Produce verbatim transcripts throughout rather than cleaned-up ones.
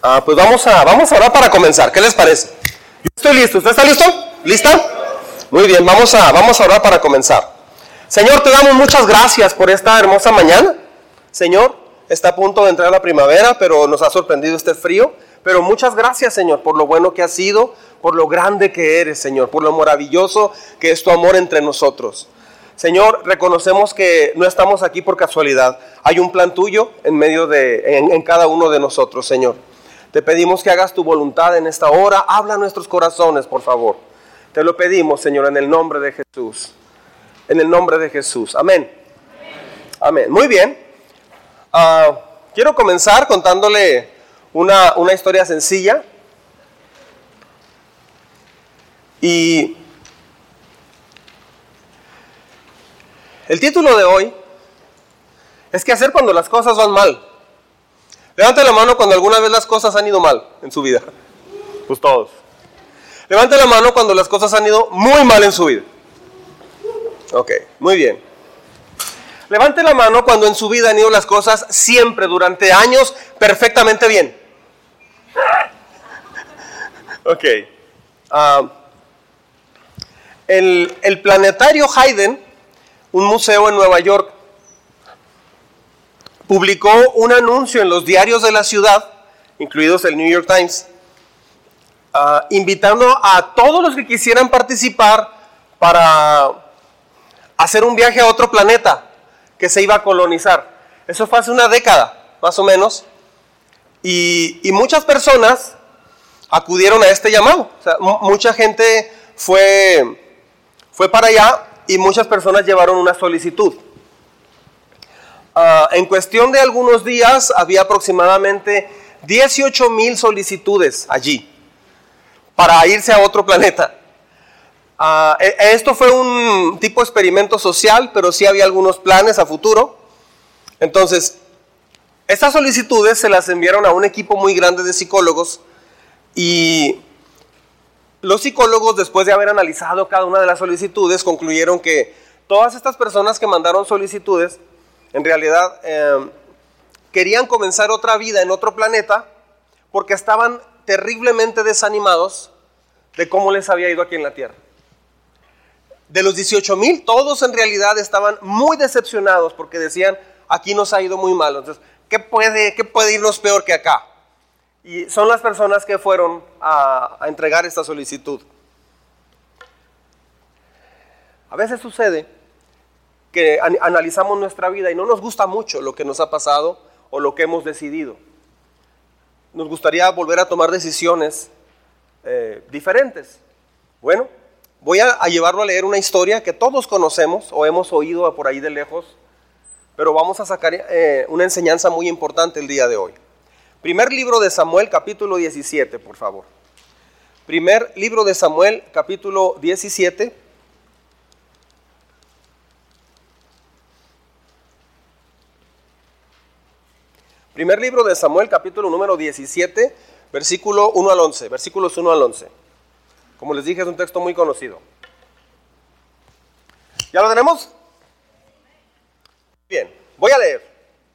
Ah, pues vamos a, vamos a orar para comenzar. ¿Qué les parece? Yo estoy listo. ¿Usted está listo? ¿Lista? Muy bien, vamos a, vamos a orar para comenzar. Señor, te damos muchas gracias por esta hermosa mañana. Señor, está a punto de entrar la primavera, pero nos ha sorprendido este frío. Pero muchas gracias, Señor, por lo bueno que has sido, por lo grande que eres, Señor, por lo maravilloso que es tu amor entre nosotros. Señor, reconocemos que no estamos aquí por casualidad. Hay un plan tuyo en medio de, en, en cada uno de nosotros, Señor. Te pedimos que hagas tu voluntad en esta hora. Habla a nuestros corazones, por favor. Te lo pedimos, Señor, en el nombre de Jesús. En el nombre de Jesús. Amén. Amén. Muy bien. Uh, quiero comenzar contándole una, una historia sencilla. Y el título de hoy es ¿qué hacer cuando las cosas van mal? Levante la mano cuando alguna vez las cosas han ido mal en su vida. Pues todos. Levante la mano cuando las cosas han ido muy mal en su vida. Ok, muy bien. Levante la mano cuando en su vida han ido las cosas siempre, durante años, perfectamente bien. Ok. Uh, el, el planetario Hayden, un museo en Nueva York, publicó un anuncio en los diarios de la ciudad, incluidos el New York Times, uh, invitando a todos los que quisieran participar para hacer un viaje a otro planeta que se iba a colonizar. Eso fue hace una década, más o menos, y, y muchas personas acudieron a este llamado. O sea, m- mucha gente fue, fue para allá y muchas personas llevaron una solicitud. Uh, en cuestión de algunos días había aproximadamente dieciocho mil solicitudes allí para irse a otro planeta. Uh, esto fue un tipo de experimento social, pero sí había algunos planes a futuro. Entonces, estas solicitudes se las enviaron a un equipo muy grande de psicólogos y los psicólogos, después de haber analizado cada una de las solicitudes, concluyeron que todas estas personas que mandaron solicitudes en realidad eh, querían comenzar otra vida en otro planeta porque estaban terriblemente desanimados de cómo les había ido aquí en la Tierra. De los dieciocho mil, todos en realidad estaban muy decepcionados porque decían, aquí nos ha ido muy mal. Entonces, ¿qué puede, qué puede irnos peor que acá? Y son las personas que fueron a, a entregar esta solicitud. A veces sucede que an- analizamos nuestra vida y no nos gusta mucho lo que nos ha pasado o lo que hemos decidido. Nos gustaría volver a tomar decisiones eh, diferentes. Bueno, voy a, a llevarlo a leer una historia que todos conocemos o hemos oído por ahí de lejos, pero vamos a sacar eh, una enseñanza muy importante el día de hoy. Primer libro de Samuel, capítulo diecisiete, por favor. Primer libro de Samuel, capítulo diecisiete. Primer libro de Samuel, capítulo número diecisiete, versículo uno al once. Versículos uno al once. Como les dije, es un texto muy conocido. ¿Ya lo tenemos? Bien, voy a leer.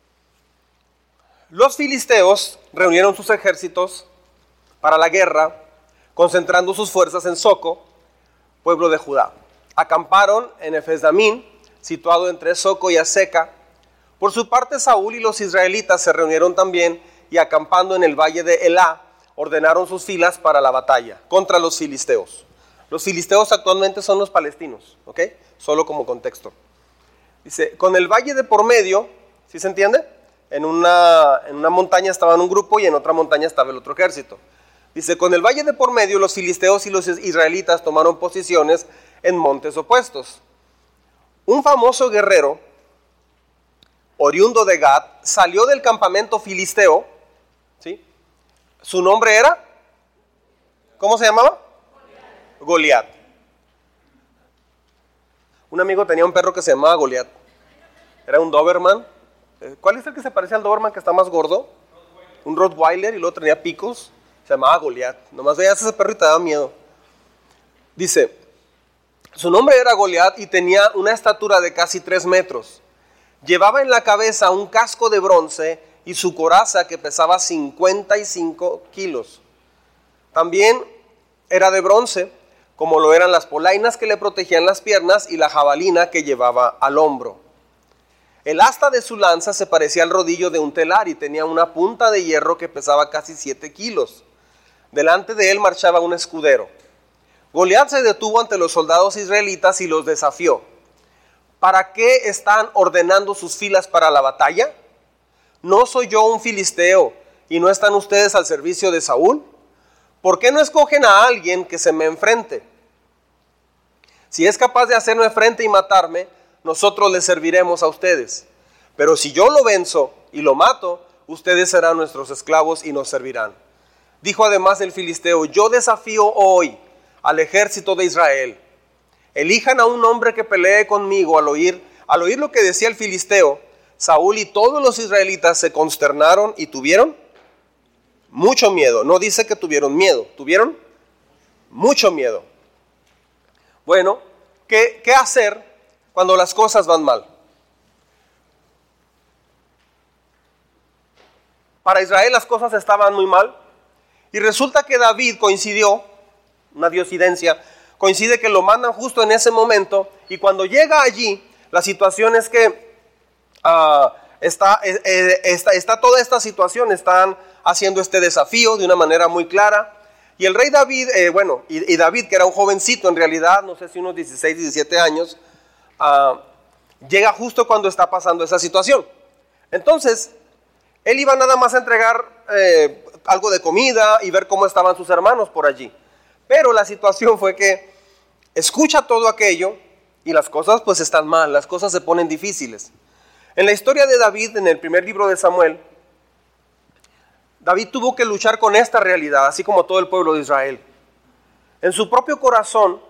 Los filisteos reunieron sus ejércitos para la guerra, concentrando sus fuerzas en Soco, pueblo de Judá. Acamparon en Efes-Damín, situado entre Soco y Azeca. Por su parte, Saúl y los israelitas se reunieron también y acampando en el valle de Elá, ordenaron sus filas para la batalla contra los filisteos. Los filisteos actualmente son los palestinos, ¿ok? Solo como contexto. Dice, con el valle de por medio, ¿sí se entiende? En una, en una montaña estaba un grupo y en otra montaña estaba el otro ejército. Dice, con el valle de por medio, los filisteos y los israelitas tomaron posiciones en montes opuestos. Un famoso guerrero, oriundo de Gad, salió del campamento filisteo, ¿sí? Su nombre era, ¿cómo se llamaba? Goliat. Un amigo tenía un perro que se llamaba Goliat. Era un Doberman. ¿Cuál es el que se parece al Doberman que está más gordo? Un Rottweiler y luego tenía picos. Se llamaba Goliat. Nomás veías ese perro y te daba miedo. Dice, su nombre era Goliat y tenía una estatura de casi tres metros. Llevaba en la cabeza un casco de bronce y su coraza que pesaba cincuenta y cinco kilos. También era de bronce, como lo eran las polainas que le protegían las piernas y la jabalina que llevaba al hombro. El asta de su lanza se parecía al rodillo de un telar y tenía una punta de hierro que pesaba casi siete kilos. Delante de él marchaba un escudero. Goliat se detuvo ante los soldados israelitas y los desafió. ¿Para qué están ordenando sus filas para la batalla? ¿No soy yo un filisteo y no están ustedes al servicio de Saúl? ¿Por qué no escogen a alguien que se me enfrente? Si es capaz de hacerme frente y matarme, nosotros les serviremos a ustedes. Pero si yo lo venzo y lo mato, ustedes serán nuestros esclavos y nos servirán. Dijo además el filisteo, yo desafío hoy al ejército de Israel. Elijan a un hombre que pelee conmigo. Al oír, al oír lo que decía el filisteo, Saúl y todos los israelitas se consternaron y tuvieron mucho miedo. No dice que tuvieron miedo, tuvieron mucho miedo. Bueno, ¿qué, qué hacer cuando las cosas van mal? Para Israel las cosas estaban muy mal y resulta que David coincidió, una diosidencia, coincide que lo mandan justo en ese momento y cuando llega allí, la situación es que uh, está, eh, está, está toda esta situación, están haciendo este desafío de una manera muy clara. Y el rey David, eh, bueno, y, y David, que era un jovencito en realidad, no sé si unos dieciséis, diecisiete años, uh, llega justo cuando está pasando esa situación. Entonces, él iba nada más a entregar eh, algo de comida y ver cómo estaban sus hermanos por allí. Pero la situación fue que escucha todo aquello y las cosas pues están mal, las cosas se ponen difíciles. En la historia de David, en el primer libro de Samuel, David tuvo que luchar con esta realidad, así como todo el pueblo de Israel. En su propio corazón,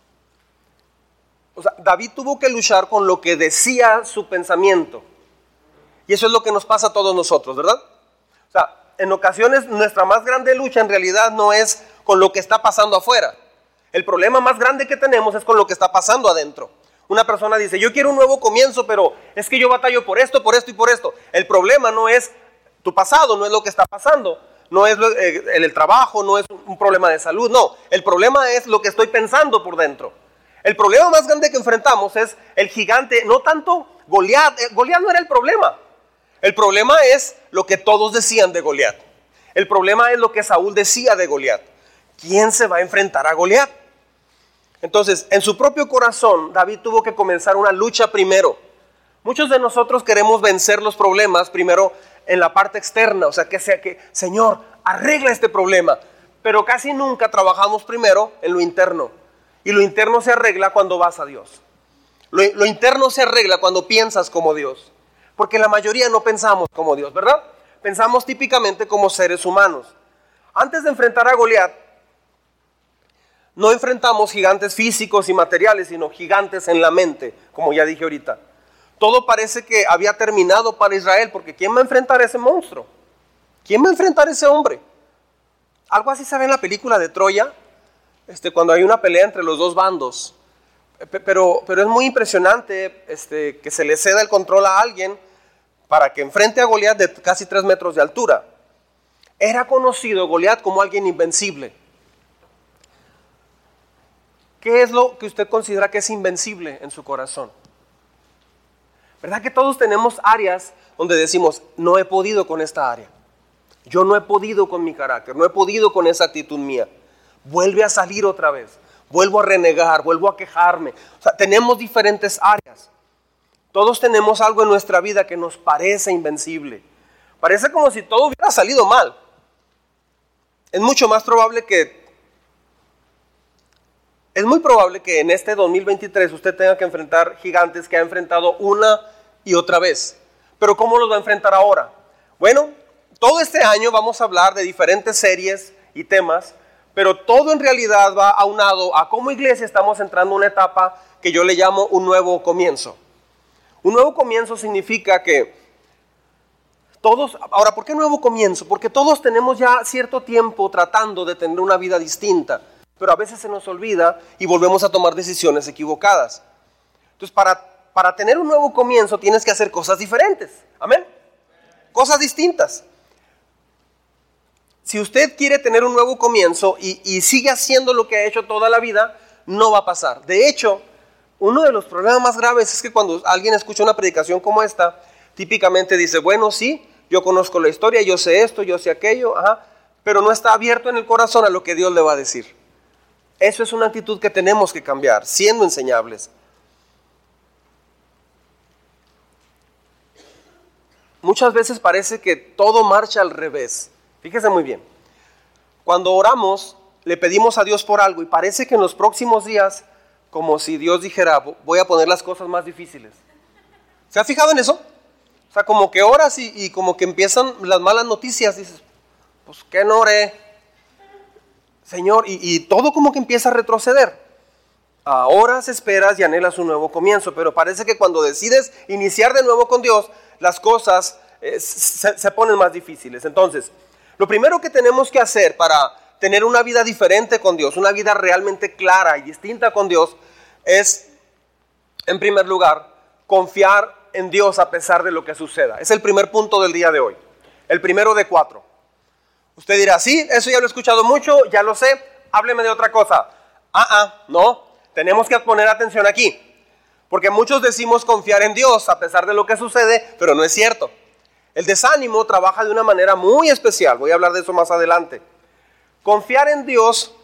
o sea, David tuvo que luchar con lo que decía su pensamiento. Y eso es lo que nos pasa a todos nosotros, ¿verdad? O sea, en ocasiones nuestra más grande lucha en realidad no es con lo que está pasando afuera. El problema más grande que tenemos es con lo que está pasando adentro. Una persona dice, yo quiero un nuevo comienzo, pero es que yo batallo por esto, por esto y por esto. El problema no es tu pasado, no es lo que está pasando, no es el, el trabajo, no es un problema de salud, no. El problema es lo que estoy pensando por dentro. El problema más grande que enfrentamos es el gigante, no tanto Goliat. Goliat no era el problema. El problema es lo que todos decían de Goliat. El problema es lo que Saúl decía de Goliat. ¿Quién se va a enfrentar a Goliat? Entonces, en su propio corazón, David tuvo que comenzar una lucha primero. Muchos de nosotros queremos vencer los problemas primero en la parte externa, o sea, que sea que, Señor, arregla este problema. Pero casi nunca trabajamos primero en lo interno. Y lo interno se arregla cuando vas a Dios. Lo, lo interno se arregla cuando piensas como Dios. Porque la mayoría no pensamos como Dios, ¿verdad? Pensamos típicamente como seres humanos. Antes de enfrentar a Goliat, no enfrentamos gigantes físicos y materiales, sino gigantes en la mente, como ya dije ahorita. Todo parece que había terminado para Israel, porque ¿quién va a enfrentar a ese monstruo? ¿Quién va a enfrentar a ese hombre? Algo así se ve en la película de Troya, este, cuando hay una pelea entre los dos bandos. Pero, pero es muy impresionante este, que se le ceda el control a alguien para que enfrente a Goliat de casi tres metros de altura. Era conocido Goliat como alguien invencible. ¿Qué es lo que usted considera que es invencible en su corazón? ¿Verdad que todos tenemos áreas donde decimos, no he podido con esta área? Yo no he podido con mi carácter, no he podido con esa actitud mía. Vuelve a salir otra vez, vuelvo a renegar, vuelvo a quejarme. O sea, tenemos diferentes áreas. Todos tenemos algo en nuestra vida que nos parece invencible. Parece como si todo hubiera salido mal. Es mucho más probable que... Es muy probable que en este dos mil veintitrés usted tenga que enfrentar gigantes que ha enfrentado una y otra vez. Pero ¿cómo los va a enfrentar ahora? Bueno, todo este año vamos a hablar de diferentes series y temas, pero todo en realidad va aunado a cómo iglesia estamos entrando en una etapa que yo le llamo un nuevo comienzo. Un nuevo comienzo significa que todos, ahora, ¿por qué nuevo comienzo? Porque todos tenemos ya cierto tiempo tratando de tener una vida distinta, pero a veces se nos olvida y volvemos a tomar decisiones equivocadas. Entonces, para, para tener un nuevo comienzo tienes que hacer cosas diferentes. ¿Amén? cosas distintas. Si usted quiere tener un nuevo comienzo y, y sigue haciendo lo que ha hecho toda la vida, no va a pasar. De hecho, uno de los problemas más graves es que cuando alguien escucha una predicación como esta, típicamente dice, bueno, sí, yo conozco la historia, yo sé esto, yo sé aquello, ajá, pero no está abierto en el corazón a lo que Dios le va a decir. Eso es una actitud que tenemos que cambiar, siendo enseñables. Muchas veces parece que todo marcha al revés. Fíjese muy bien. Cuando oramos, le pedimos a Dios por algo y parece que en los próximos días, como si Dios dijera, voy a poner las cosas más difíciles. ¿Se ha fijado en eso? O sea, como que oras y, y como que empiezan las malas noticias. Dices, pues, ¿qué no oré? Señor, y, y todo como que empieza a retroceder. A horas esperas y anhelas un nuevo comienzo, pero parece que cuando decides iniciar de nuevo con Dios, las cosas eh, se, se ponen más difíciles. Entonces, lo primero que tenemos que hacer para tener una vida diferente con Dios, una vida realmente clara y distinta con Dios, es, en primer lugar, confiar en Dios a pesar de lo que suceda. Es el primer punto del día de hoy, el primero de cuatro. Usted dirá, sí, eso ya lo he escuchado mucho, ya lo sé, hábleme de otra cosa. Ah, ah, no, tenemos que poner atención aquí. Porque muchos decimos confiar en Dios a pesar de lo que sucede, pero no es cierto. El desánimo trabaja de una manera muy especial, voy a hablar de eso más adelante. Confiar en Dios,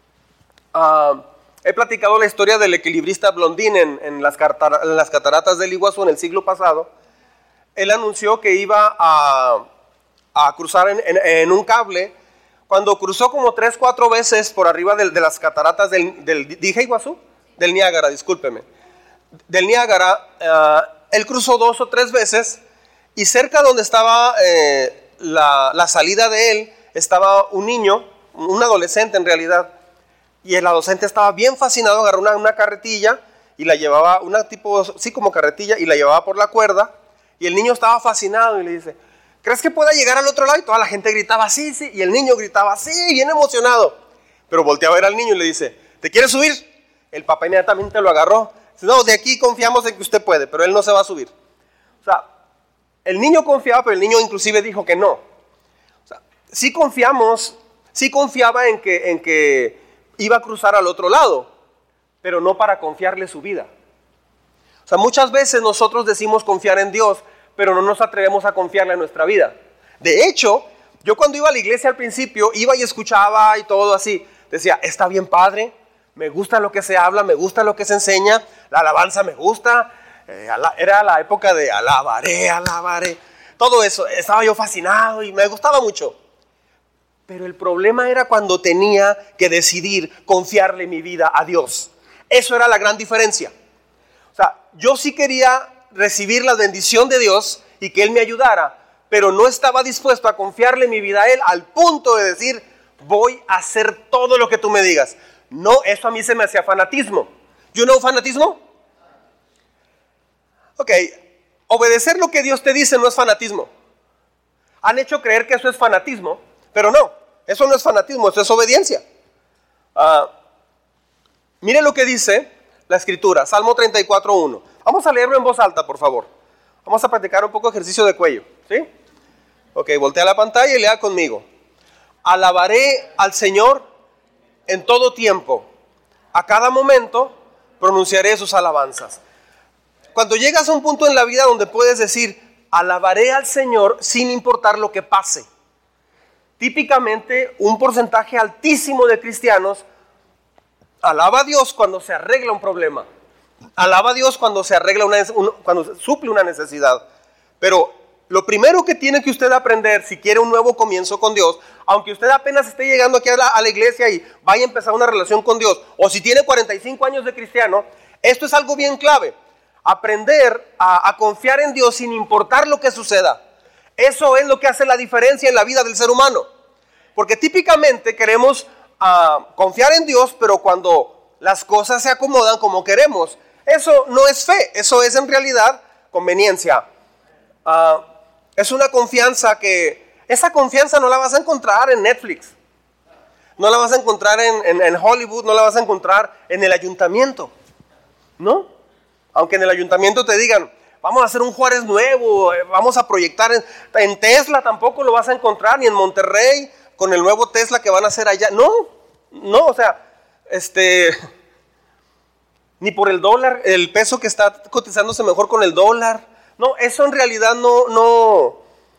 uh, he platicado la historia del equilibrista Blondín en, en, las catar- en las cataratas del Iguazú en el siglo pasado. Él anunció que iba a, a cruzar en, en, en un cable. Cuando cruzó como tres, cuatro veces por arriba de, de las cataratas del, del, ¿dije Iguazú? Del Niágara, discúlpeme. Del Niágara, uh, él cruzó dos o tres veces y cerca donde estaba eh, la, la salida de él, estaba un niño, un adolescente en realidad, y el adolescente estaba bien fascinado, agarró una, una carretilla y la llevaba, una tipo, sí como carretilla, y la llevaba por la cuerda, y el niño estaba fascinado y le dice, ¿crees que pueda llegar al otro lado? Y toda la gente gritaba, sí, sí, y el niño gritaba, sí, bien emocionado, pero voltea a ver al niño y le dice, ¿te quieres subir? El papá inmediatamente lo agarró, dice, no, de aquí confiamos en que usted puede, pero él no se va a subir. O sea, el niño confiaba, pero el niño inclusive dijo que no. O sea, sí confiamos, sí confiaba en que, en que iba a cruzar al otro lado, pero no para confiarle su vida. O sea, muchas veces nosotros decimos confiar en Dios, pero no nos atrevemos a confiarle en nuestra vida. De hecho, yo cuando iba a la iglesia al principio, iba y escuchaba y todo así. Decía, está bien padre, me gusta lo que se habla, me gusta lo que se enseña, la alabanza me gusta. Eh, era la época de alabaré, alabaré. Todo eso, estaba yo fascinado y me gustaba mucho. Pero el problema era cuando tenía que decidir confiarle mi vida a Dios. Eso era la gran diferencia. O sea, yo sí quería recibir la bendición de Dios y que Él me ayudara, pero no estaba dispuesto a confiarle mi vida a Él al punto de decir, voy a hacer todo lo que tú me digas. No, eso a mí se me hacía fanatismo. ¿You know fanatismo? Ok, obedecer lo que Dios te dice no es fanatismo. Han hecho creer que eso es fanatismo, pero no, eso no es fanatismo, eso es obediencia. Uh, mire lo que dice la Escritura, Salmo treinta y cuatro, uno. Vamos a leerlo en voz alta, por favor. Vamos a practicar un poco de ejercicio de cuello, ¿sí? Ok, voltea la pantalla y lea conmigo. Alabaré al Señor en todo tiempo, a cada momento pronunciaré sus alabanzas. Cuando llegas a un punto en la vida donde puedes decir, alabaré al Señor sin importar lo que pase. Típicamente, un porcentaje altísimo de cristianos alaba a Dios cuando se arregla un problema. Alaba a Dios cuando se arregla una, un, cuando se suple una necesidad. Pero lo primero que tiene que usted aprender si quiere un nuevo comienzo con Dios, aunque usted apenas esté llegando aquí a la, a la iglesia y vaya a empezar una relación con Dios, o si tiene cuarenta y cinco años de cristiano, esto es algo bien clave. Aprender a, a confiar en Dios sin importar lo que suceda. Eso es lo que hace la diferencia en la vida del ser humano. Porque típicamente queremos uh, confiar en Dios, pero cuando las cosas se acomodan como queremos, eso no es fe, eso es en realidad conveniencia. Uh, es una confianza que, esa confianza no la vas a encontrar en Netflix, no la vas a encontrar en, en, en Hollywood, no la vas a encontrar en el ayuntamiento, ¿no? Aunque en el ayuntamiento te digan, vamos a hacer un Juárez nuevo, vamos a proyectar en, en Tesla, tampoco lo vas a encontrar, ni en Monterrey, con el nuevo Tesla que van a hacer allá. No, no, o sea, este, ni por el dólar, el peso que está cotizándose mejor con el dólar. No, eso en realidad no, no,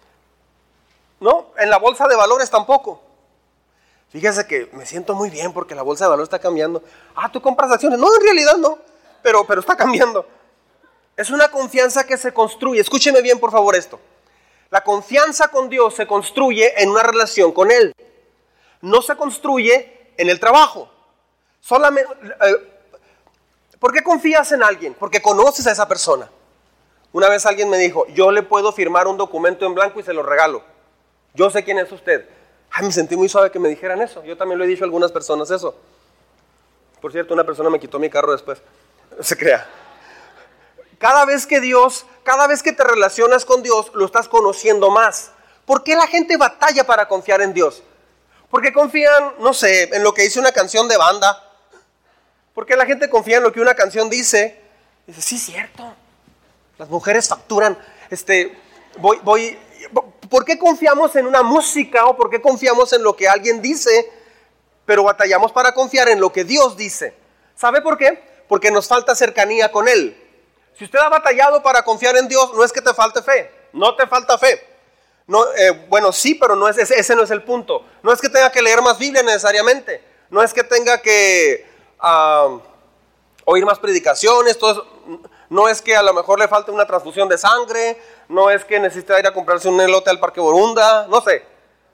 no, en la bolsa de valores tampoco. Fíjese que me siento muy bien porque la bolsa de valores está cambiando. Ah, ¿tú compras acciones? No, en realidad no, pero, pero está cambiando. Es una confianza que se construye. Escúcheme bien, por favor, esto. La confianza con Dios se construye en una relación con Él. No se construye en el trabajo. Solamente, eh, ¿por qué confías en alguien? Porque conoces a esa persona. Una vez alguien me dijo, yo le puedo firmar un documento en blanco y se lo regalo. Yo sé quién es usted. Ay, me sentí muy suave que me dijeran eso. Yo también lo he dicho a algunas personas eso. Por cierto, una persona me quitó mi carro después. No se crea. Cada vez que Dios, cada vez que te relacionas con Dios, lo estás conociendo más. ¿Por qué la gente batalla para confiar en Dios? Porque confían, no sé, en lo que dice una canción de banda. ¿Por qué la gente confía en lo que una canción dice? Dice, sí, cierto. Las mujeres facturan. Este, voy, voy. ¿Por qué confiamos en una música o por qué confiamos en lo que alguien dice, pero batallamos para confiar en lo que Dios dice? ¿Sabe por qué? Porque nos falta cercanía con Él. Si usted ha batallado para confiar en Dios, no es que te falte fe, no te falta fe. No, eh, bueno, sí, pero no es, ese, ese no es el punto. No es que tenga que leer más Biblia necesariamente. No es que tenga que uh, oír más predicaciones. Todo eso. No es que a lo mejor le falte una transfusión de sangre. No es que necesite ir a comprarse un elote al Parque Borunda. No sé.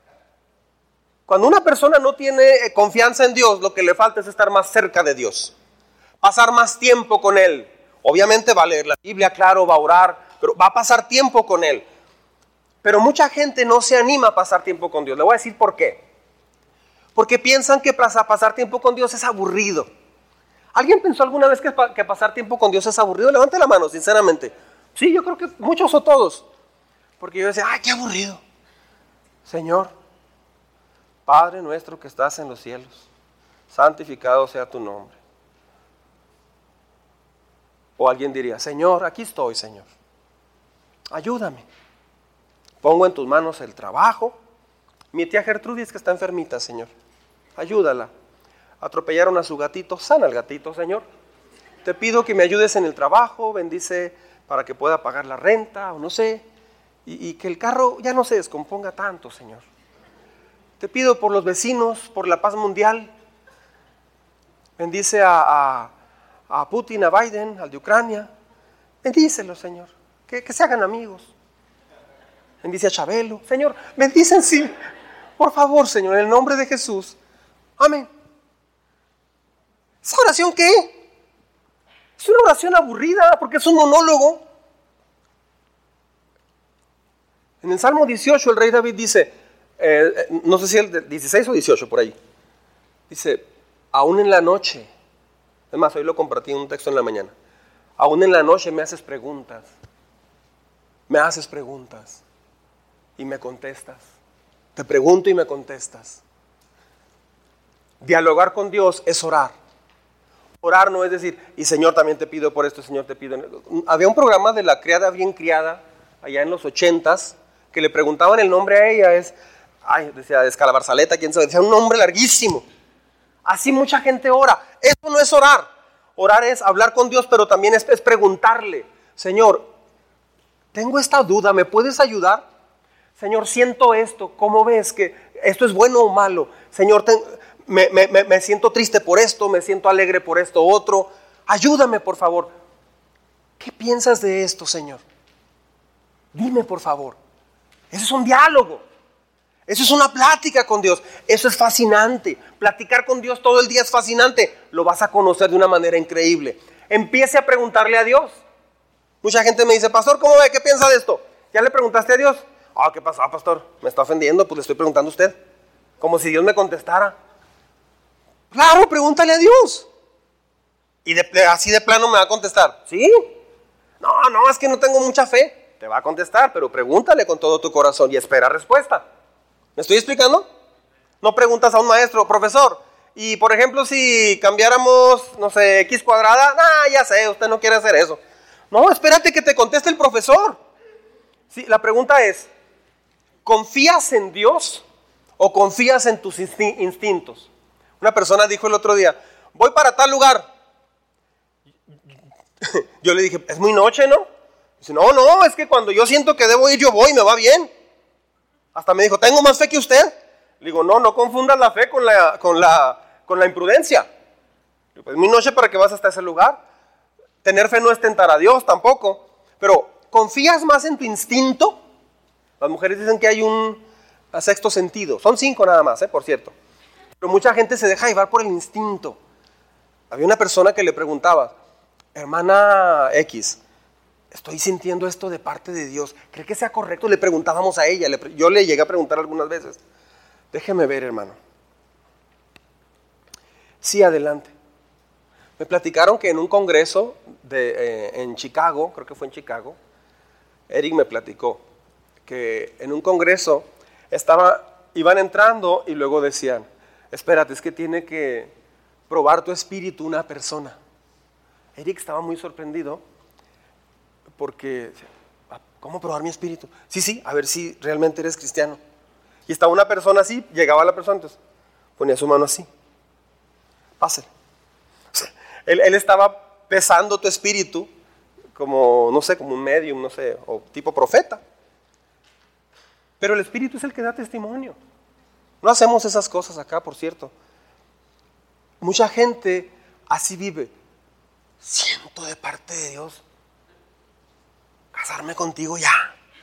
Cuando una persona no tiene confianza en Dios, lo que le falta es estar más cerca de Dios. Pasar más tiempo con Él. Obviamente va a leer la Biblia, claro, va a orar, pero va a pasar tiempo con Él. Pero mucha gente no se anima a pasar tiempo con Dios. Le voy a decir por qué. Porque piensan que pasar tiempo con Dios es aburrido. ¿Alguien pensó alguna vez que, que pasar tiempo con Dios es aburrido? Levante la mano, sinceramente. Sí, yo creo que muchos o todos. Porque yo decía, ¡ay, qué aburrido! Señor, Padre nuestro que estás en los cielos, santificado sea tu nombre. O alguien diría, Señor, aquí estoy, Señor. Ayúdame. Pongo en tus manos el trabajo. Mi tía Gertrudis que está enfermita, Señor. Ayúdala. Atropellaron a su gatito. Sana al gatito, Señor. Te pido que me ayudes en el trabajo. Bendice para que pueda pagar la renta o no sé. Y, y que el carro ya no se descomponga tanto, Señor. Te pido por los vecinos, por la paz mundial. Bendice a... a a Putin, a Biden, al de Ucrania. Bendícelos, Señor. Que, que se hagan amigos. Bendice a Chabelo. Señor, bendicen sí. Por favor, Señor, en el nombre de Jesús. Amén. ¿Esa oración qué? Es una oración aburrida porque es un monólogo. En el Salmo dieciocho el rey David dice, eh, no sé si el dieciséis o dieciocho por ahí. Dice, aún en la noche. Es más, hoy lo compartí en un texto en la mañana. Aún en la noche me haces preguntas. Me haces preguntas. Y me contestas. Te pregunto y me contestas. Dialogar con Dios es orar. Orar no es decir, y Señor también te pido por esto, Señor te pido. Había un programa de La Criada Bien Criada, allá en los ochentas, que le preguntaban el nombre a ella. Es, ay, decía Escalabarzaleta, quién sabe, decía un nombre larguísimo. Así mucha gente ora. Eso no es orar. Orar es hablar con Dios, pero también es, es preguntarle, Señor, tengo esta duda, ¿me puedes ayudar? Señor, siento esto, ¿cómo ves que esto es bueno o malo? Señor, ten, me, me, me siento triste por esto, me siento alegre por esto otro. Ayúdame, por favor. ¿Qué piensas de esto, Señor? Dime, por favor. Eso es un diálogo. Eso es una plática con Dios. Eso es fascinante. Platicar con Dios todo el día es fascinante. Lo vas a conocer de una manera increíble. Empiece a preguntarle a Dios. Mucha gente me dice, pastor, ¿cómo ve? ¿Qué piensa de esto? ¿Ya le preguntaste a Dios? Ah, ¿qué pasó, pastor? Me está ofendiendo, pues le estoy preguntando a usted. Como si Dios me contestara. Claro, pregúntale a Dios. Y de, de, así de plano me va a contestar. ¿Sí? No, no, es que no tengo mucha fe. Te va a contestar, pero pregúntale con todo tu corazón y espera respuesta. ¿Me estoy explicando? No preguntas a un maestro, profesor, y por ejemplo si cambiáramos, no sé, X cuadrada, ah, ya sé, usted no quiere hacer eso. No, espérate que te conteste el profesor. Sí, la pregunta es, ¿confías en Dios o confías en tus insti- instintos? Una persona dijo el otro día, voy para tal lugar. Yo le dije, es muy noche, ¿no? Dice, no, no, es que cuando yo siento que debo ir, yo voy, me va bien. Hasta me dijo, ¿tengo más fe que usted? Le digo, no, no confundas la fe con la, con la, con la imprudencia. Digo, es muy noche para que vas hasta ese lugar. Tener fe no es tentar a Dios tampoco. Pero, ¿confías más en tu instinto? Las mujeres dicen que hay un sexto sentido. Son cinco nada más, ¿eh? Por cierto. Pero mucha gente se deja llevar por el instinto. Había una persona que le preguntaba, hermana X, estoy sintiendo esto de parte de Dios, ¿cree que sea correcto? Le preguntábamos a ella, le, yo le llegué a preguntar algunas veces. Déjeme ver, hermano. Sí, adelante. Me platicaron que en un congreso de, eh, en Chicago, creo que fue en Chicago, Eric me platicó que en un congreso estaba, iban entrando y luego decían, espérate, es que tiene que probar tu espíritu una persona. Eric estaba muy sorprendido porque, ¿cómo probar mi espíritu? Sí, sí, a ver si realmente eres cristiano. Y estaba una persona así, llegaba la persona, entonces ponía su mano así. Pásale. O sea, él, él estaba pesando tu espíritu como, no sé, como un medium, no sé, o tipo profeta. Pero el espíritu es el que da testimonio. No hacemos esas cosas acá, por cierto. Mucha gente así vive. Siento de parte de Dios casarme contigo ya.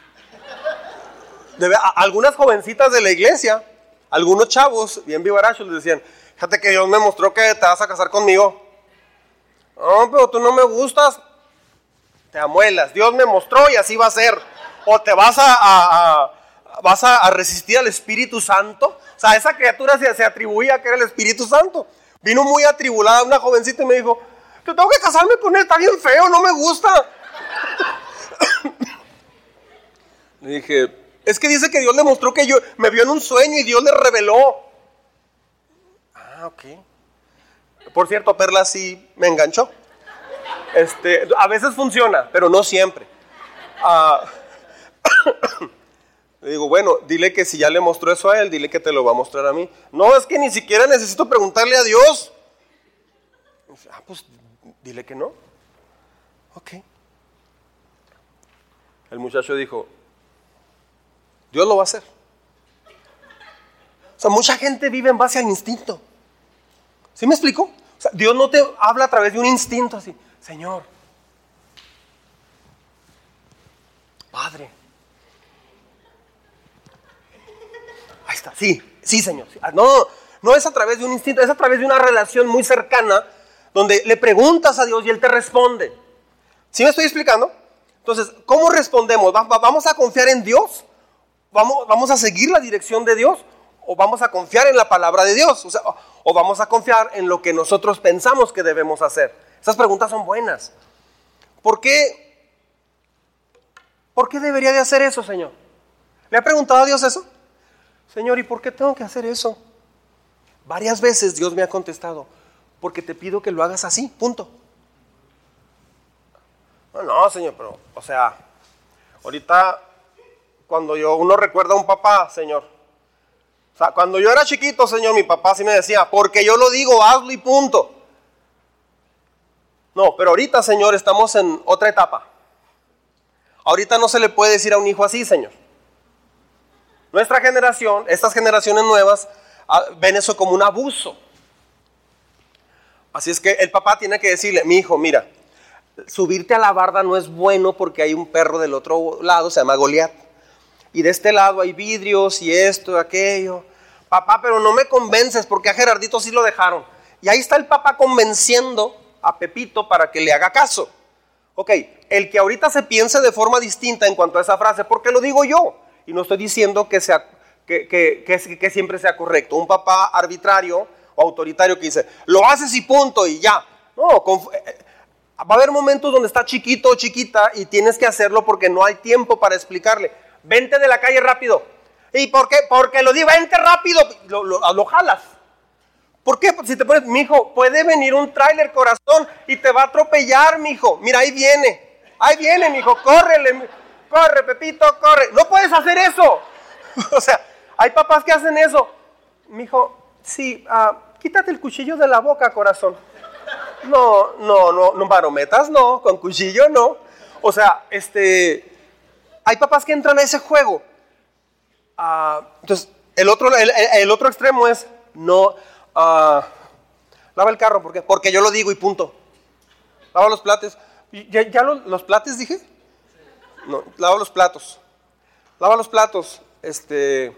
De, a, algunas jovencitas de la iglesia, algunos chavos bien vivarachos les decían, fíjate que Dios me mostró que te vas a casar conmigo. No, pero tú no me gustas. Te amuelas. Dios me mostró y así va a ser. O te vas a, a, a, vas a, a resistir al Espíritu Santo. O sea, esa criatura se, se atribuía que era el Espíritu Santo. Vino muy atribulada una jovencita y me dijo, yo tengo que casarme con él, está bien feo, no me gusta. Le dije, es que dice que Dios le mostró que yo, me vio en un sueño y Dios le reveló. Ah, ok. Por cierto, Perla sí me enganchó. Este, a veces funciona, pero no siempre. Ah, le digo, bueno, dile que si ya le mostró eso a él, dile que te lo va a mostrar a mí. No, es que ni siquiera necesito preguntarle a Dios. Dice, ah, pues dile que no. Ok. El muchacho dijo, Dios lo va a hacer. O sea, mucha gente vive en base al instinto. ¿Sí me explico? O sea, Dios no te habla a través de un instinto así. Señor, Padre. Ahí está, sí, sí, Señor. No, no es a través de un instinto, es a través de una relación muy cercana donde le preguntas a Dios y Él te responde. ¿Sí me estoy explicando? Entonces, ¿cómo respondemos? ¿Vamos a confiar en Dios? ¿Vamos, vamos a seguir la dirección de Dios? ¿O vamos a confiar en la palabra de Dios? O sea, ¿o vamos a confiar en lo que nosotros pensamos que debemos hacer? Esas preguntas son buenas. ¿Por qué? ¿Por qué debería de hacer eso, Señor? ¿Le ha preguntado a Dios eso? Señor, ¿y por qué tengo que hacer eso? Varias veces Dios me ha contestado, porque te pido que lo hagas así, punto. No, no, Señor, pero, o sea, ahorita cuando yo, uno recuerda a un papá, Señor, o sea, cuando yo era chiquito, Señor, mi papá sí me decía, porque yo lo digo, hazlo y punto. No, pero ahorita, Señor, estamos en otra etapa. Ahorita no se le puede decir a un hijo así, Señor. Nuestra generación, estas generaciones nuevas, ven eso como un abuso. Así es que el papá tiene que decirle, mi hijo, mira, subirte a la barda no es bueno porque hay un perro del otro lado, se llama Goliat. Y de este lado hay vidrios y esto y aquello. Papá, pero no me convences porque a Gerardito sí lo dejaron. Y ahí está el papá convenciendo a Pepito para que le haga caso. Ok, el que ahorita se piense de forma distinta en cuanto a esa frase, porque lo digo yo. Y no estoy diciendo que, sea, que, que, que, que siempre sea correcto. Un papá arbitrario o autoritario que dice, lo haces y punto y ya. No, conf- va a haber momentos donde está chiquito o chiquita y tienes que hacerlo porque no hay tiempo para explicarle. Vente de la calle rápido. ¿Y por qué? Porque lo digo, vente rápido. Lo, lo, lo jalas. ¿Por qué? Si te pones, mijo, puede venir un tráiler, corazón, y te va a atropellar, mijo. Mira, ahí viene. ahí viene, mijo, córrele, corre, Pepito, corre. No puedes hacer eso. O sea, hay papás que hacen eso. Mijo, sí, uh, quítate el cuchillo de la boca, corazón. No, no, no, no marometas, no, con cuchillo no. O sea, este, hay papás que entran a ese juego. Uh, entonces, el otro, el, el otro extremo es, no, uh, lava el carro, ¿por qué? Porque yo lo digo y punto. Lava los platos. ¿Ya, ya los, los platos dije? No, lava los platos. Lava los platos, este,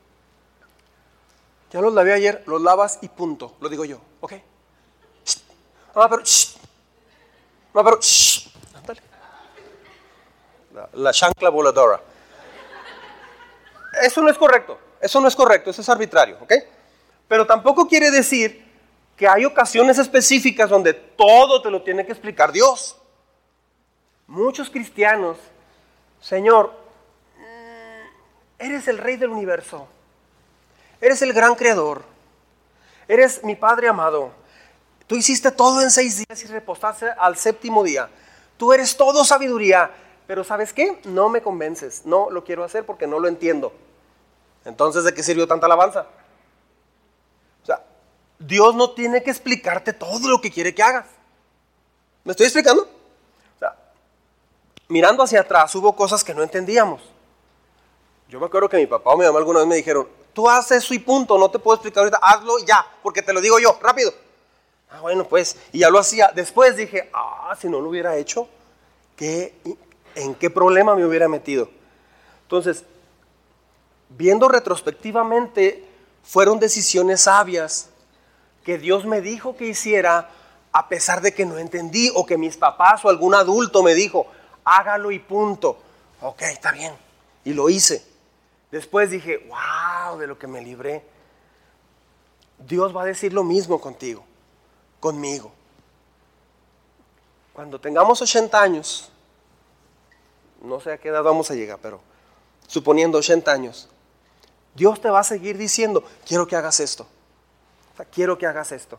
ya los lavé ayer, los lavas y punto, lo digo yo, ¿ok? Ah, pero, shh. No, pero, shh. Dale. La, la chancla voladora. Eso no es correcto, eso no es correcto, eso es arbitrario, ¿ok? Pero tampoco quiere decir que hay ocasiones específicas donde todo te lo tiene que explicar Dios. Muchos cristianos, Señor, eres el Rey del universo, eres el gran creador, eres mi Padre amado. Tú hiciste todo en seis días y reposaste al séptimo día. Tú eres todo sabiduría, pero ¿sabes qué? No me convences, no lo quiero hacer porque no lo entiendo. Entonces, ¿de qué sirvió tanta alabanza? O sea, Dios no tiene que explicarte todo lo que quiere que hagas. ¿Me estoy explicando? O sea, mirando hacia atrás hubo cosas que no entendíamos. Yo me acuerdo que mi papá o mi mamá alguna vez me dijeron, tú haces eso y punto, no te puedo explicar ahorita, hazlo ya, porque te lo digo yo, rápido. Ah, bueno, pues, y ya lo hacía. Después dije, ah, si no lo hubiera hecho, ¿qué, ¿en qué problema me hubiera metido? Entonces, viendo retrospectivamente, fueron decisiones sabias que Dios me dijo que hiciera, a pesar de que no entendí, o que mis papás o algún adulto me dijo, hágalo y punto. Ok, está bien, y lo hice. Después dije, wow, de lo que me libré. Dios va a decir lo mismo contigo, conmigo. Cuando tengamos ochenta años, no sé a qué edad vamos a llegar, pero suponiendo ochenta años, Dios te va a seguir diciendo, quiero que hagas esto. O sea, quiero que hagas esto.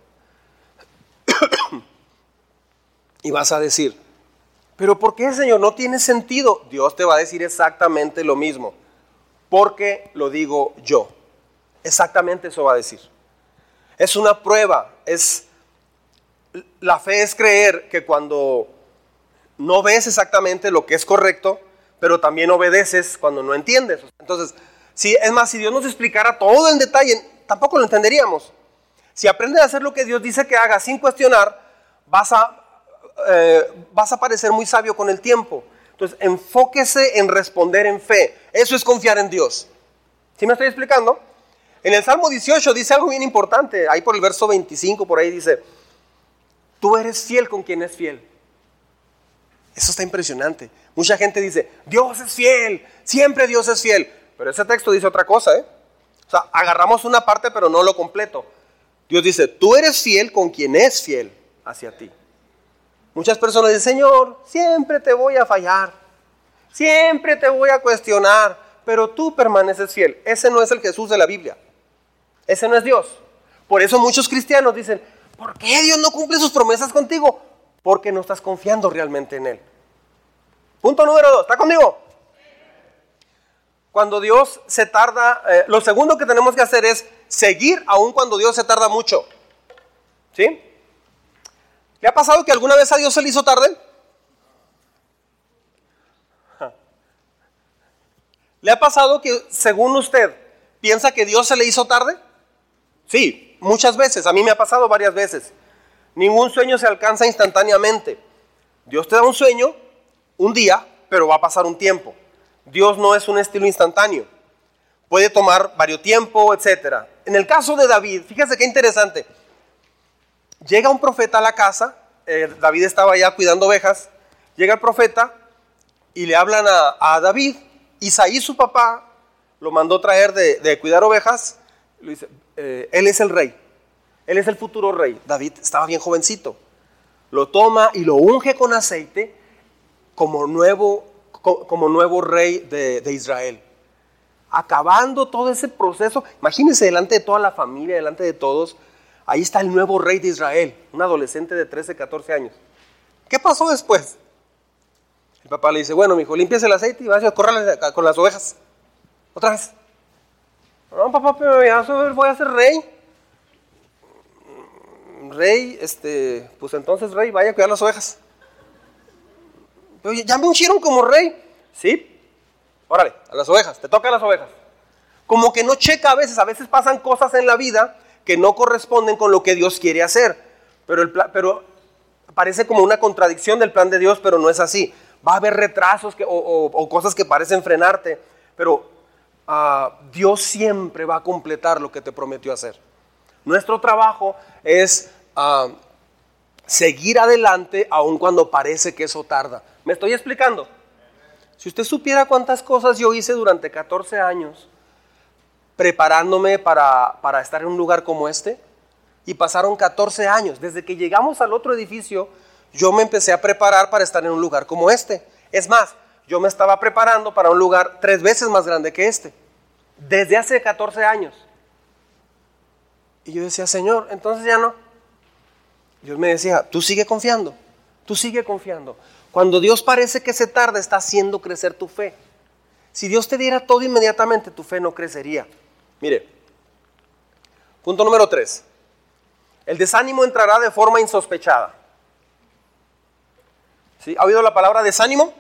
Y vas a decir, pero ¿por qué, Señor? No tiene sentido. Dios te va a decir exactamente lo mismo. Porque lo digo yo. Exactamente eso va a decir. Es una prueba. Es, la fe es creer que cuando no ves exactamente lo que es correcto, pero también obedeces cuando no entiendes. Entonces, si, es más, si Dios nos explicara todo en detalle, tampoco lo entenderíamos. Si aprendes a hacer lo que Dios dice que hagas sin cuestionar, vas a, eh, vas a parecer muy sabio con el tiempo. Entonces, enfóquese en responder en fe. Eso es confiar en Dios. ¿Sí me estoy explicando? En el Salmo dieciocho dice algo bien importante. Ahí por el verso veinticinco, por ahí dice, tú eres fiel con quien es fiel. Eso está impresionante. Mucha gente dice, Dios es fiel, siempre Dios es fiel. Pero ese texto dice otra cosa, ¿eh? O sea, agarramos una parte pero no lo completo. Dios dice, tú eres fiel con quien es fiel hacia ti. Muchas personas dicen, Señor, siempre te voy a fallar, siempre te voy a cuestionar, pero tú permaneces fiel. Ese no es el Jesús de la Biblia. Ese no es Dios. Por eso muchos cristianos dicen, ¿por qué Dios no cumple sus promesas contigo? Porque no estás confiando realmente en Él. Punto número dos, ¿está conmigo? Cuando Dios se tarda, eh, lo segundo que tenemos que hacer es seguir aun cuando Dios se tarda mucho. ¿Sí? ¿Le ha pasado que alguna vez a Dios se le hizo tarde? ¿Le ha pasado que según usted piensa que Dios se le hizo tarde? Sí, muchas veces, a mí me ha pasado varias veces. Ningún sueño se alcanza instantáneamente. Dios te da un sueño, un día, pero va a pasar un tiempo. Dios no es un estilo instantáneo. Puede tomar varios tiempo, etcétera. En el caso de David, fíjese qué interesante. Llega un profeta a la casa, eh, David estaba allá cuidando ovejas, llega el profeta y le hablan a, a David. Isaí, su papá, lo mandó traer de, de cuidar ovejas. Le dice, eh, él es el rey, él es el futuro rey. David estaba bien jovencito. Lo toma y lo unge con aceite como nuevo, como nuevo rey de, de Israel. Acabando todo ese proceso, imagínense delante de toda la familia, delante de todos, ahí está el nuevo rey de Israel, un adolescente de trece, catorce años. ¿Qué pasó después? papá le dice, bueno, mijo, limpias el aceite y vas a correr con las ovejas. Otra vez. No, papá, pero ya voy a ser rey. Rey, este, pues entonces rey, vaya a cuidar las ovejas. Pero ya me ungieron como rey. Sí, órale, a las ovejas, te toca a las ovejas. Como que no checa a veces, a veces pasan cosas en la vida que no corresponden con lo que Dios quiere hacer. Pero, el plan, pero parece como una contradicción del plan de Dios, pero no es así. Va a haber retrasos que, o, o, o cosas que parecen frenarte, pero uh, Dios siempre va a completar lo que te prometió hacer. Nuestro trabajo es uh, seguir adelante aun cuando parece que eso tarda. ¿Me estoy explicando? Si usted supiera cuántas cosas yo hice durante catorce años preparándome para, para estar en un lugar como este, y pasaron catorce años, desde que llegamos al otro edificio, yo me empecé a preparar para estar en un lugar como este. Es más, yo me estaba preparando para un lugar tres veces más grande que este, desde hace catorce años. Y yo decía, Señor, entonces ya no. Dios me decía, tú sigue confiando, tú sigue confiando. Cuando Dios parece que se tarda, está haciendo crecer tu fe. Si Dios te diera todo inmediatamente, tu fe no crecería. Mire, punto número tres. El desánimo entrará de forma insospechada. ¿Sí? ¿Ha oído la palabra desánimo?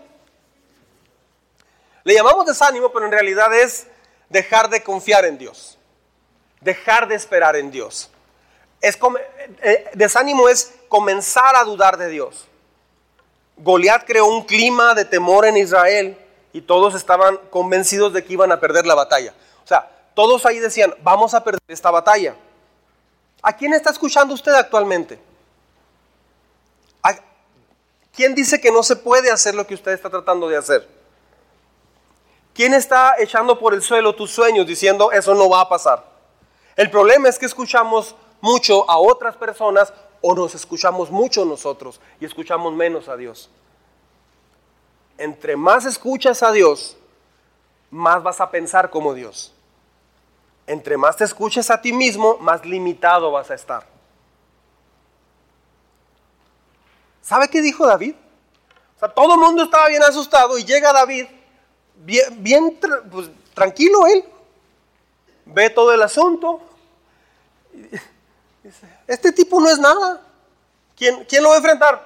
Le llamamos desánimo, pero en realidad es dejar de confiar en Dios. Dejar de esperar en Dios. Es com- eh, desánimo es comenzar a dudar de Dios. Goliat creó un clima de temor en Israel y todos estaban convencidos de que iban a perder la batalla. O sea, todos ahí decían, vamos a perder esta batalla. ¿A quién está escuchando usted actualmente? ¿A quién dice que no se puede hacer lo que usted está tratando de hacer? ¿Quién está echando por el suelo tus sueños diciendo eso no va a pasar? El problema es que escuchamos mucho a otras personas o nos escuchamos mucho nosotros y escuchamos menos a Dios. Entre más escuchas a Dios, más vas a pensar como Dios. Entre más te escuches a ti mismo, más limitado vas a estar. ¿Sabe qué dijo David? O sea, todo el mundo estaba bien asustado y llega David, bien, bien pues, tranquilo él, ve todo el asunto. Y dice, este tipo no es nada. ¿Quién, quién lo va a enfrentar?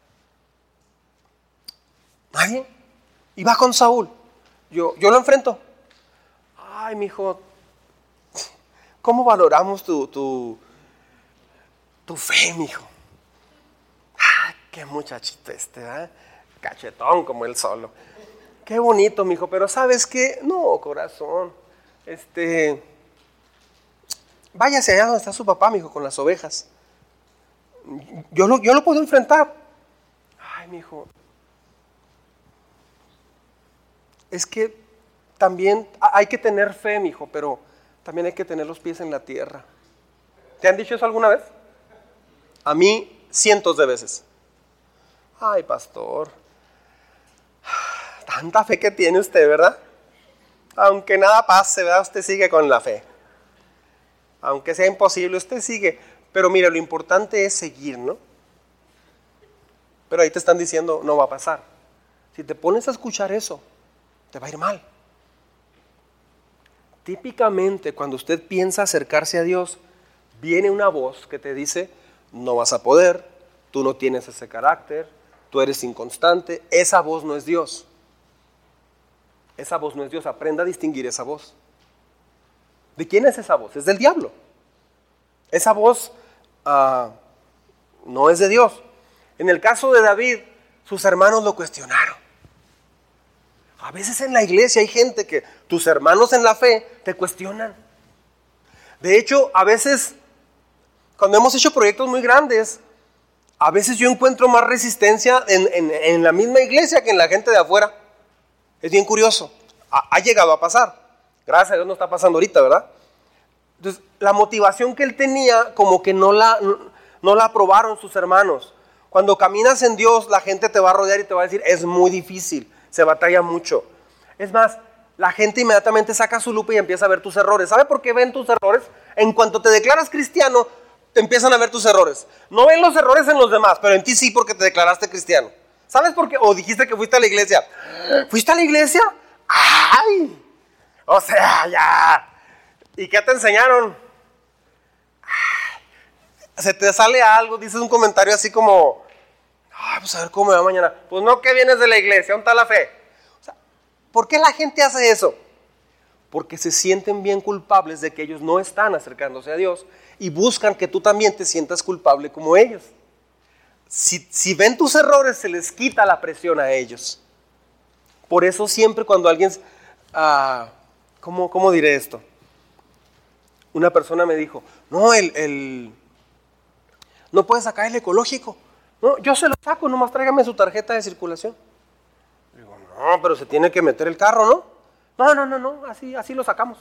Nadie. Y va con Saúl. Yo, yo lo enfrento. Ay, mijo, ¿cómo valoramos tu, tu, tu fe, mijo? Ah, qué muchachito este, ¿eh? Cachetón como él solo. Qué bonito, mijo, pero ¿sabes qué? No, corazón. Este, váyase allá donde está su papá, mijo, con las ovejas. Yo lo, yo lo puedo enfrentar. Ay, mijo. Es que también hay que tener fe, mijo, pero también hay que tener los pies en la tierra. ¿Te han dicho eso alguna vez? A mí, cientos de veces. Ay, pastor, tanta fe que tiene usted, ¿verdad? Aunque nada pase, ¿verdad? Usted sigue con la fe. Aunque sea imposible, usted sigue. Pero mire, lo importante es seguir, ¿no? Pero ahí te están diciendo, no va a pasar. Si te pones a escuchar eso, te va a ir mal. Típicamente, cuando usted piensa acercarse a Dios, viene una voz que te dice, no vas a poder, tú no tienes ese carácter, tú eres inconstante. Esa voz no es Dios. Esa voz no es Dios. Aprenda a distinguir esa voz. ¿De quién es esa voz? Es del diablo. Esa voz uh, no es de Dios. En el caso de David, sus hermanos lo cuestionaron. A veces en la iglesia hay gente que tus hermanos en la fe te cuestionan. De hecho, a veces, cuando hemos hecho proyectos muy grandes, a veces yo encuentro más resistencia en, en, en la misma iglesia que en la gente de afuera. Es bien curioso. Ha, ha llegado a pasar. Gracias a Dios no está pasando ahorita, ¿verdad? Entonces, la motivación que él tenía, como que no la, no, no la aprobaron sus hermanos. Cuando caminas en Dios, la gente te va a rodear y te va a decir, es muy difícil. Se batalla mucho. Es más, la gente inmediatamente saca su lupa y empieza a ver tus errores. ¿Sabe por qué ven tus errores? En cuanto te declaras cristiano, te empiezan a ver tus errores. No ven los errores en los demás, pero en ti sí porque te declaraste cristiano. ¿Sabes por qué? O dijiste que fuiste a la iglesia. ¿Fuiste a la iglesia? ¡Ay! O sea, ya. ¿Y qué te enseñaron? Se te sale algo, dices un comentario así como, ay, pues a ver cómo me va mañana. Pues no, que vienes de la iglesia, ¿dónde está la fe? O sea, ¿por qué la gente hace eso? Porque se sienten bien culpables de que ellos no están acercándose a Dios y buscan que tú también te sientas culpable como ellos. Si, si ven tus errores, se les quita la presión a ellos. Por eso siempre cuando alguien, uh, ¿cómo, ¿cómo diré esto? Una persona me dijo, no, el, el no puede sacar el ecológico. No, yo se lo saco, nomás tráigame su tarjeta de circulación. Digo, no, pero se tiene que meter el carro, ¿no? No, no, no, no, así, así lo sacamos.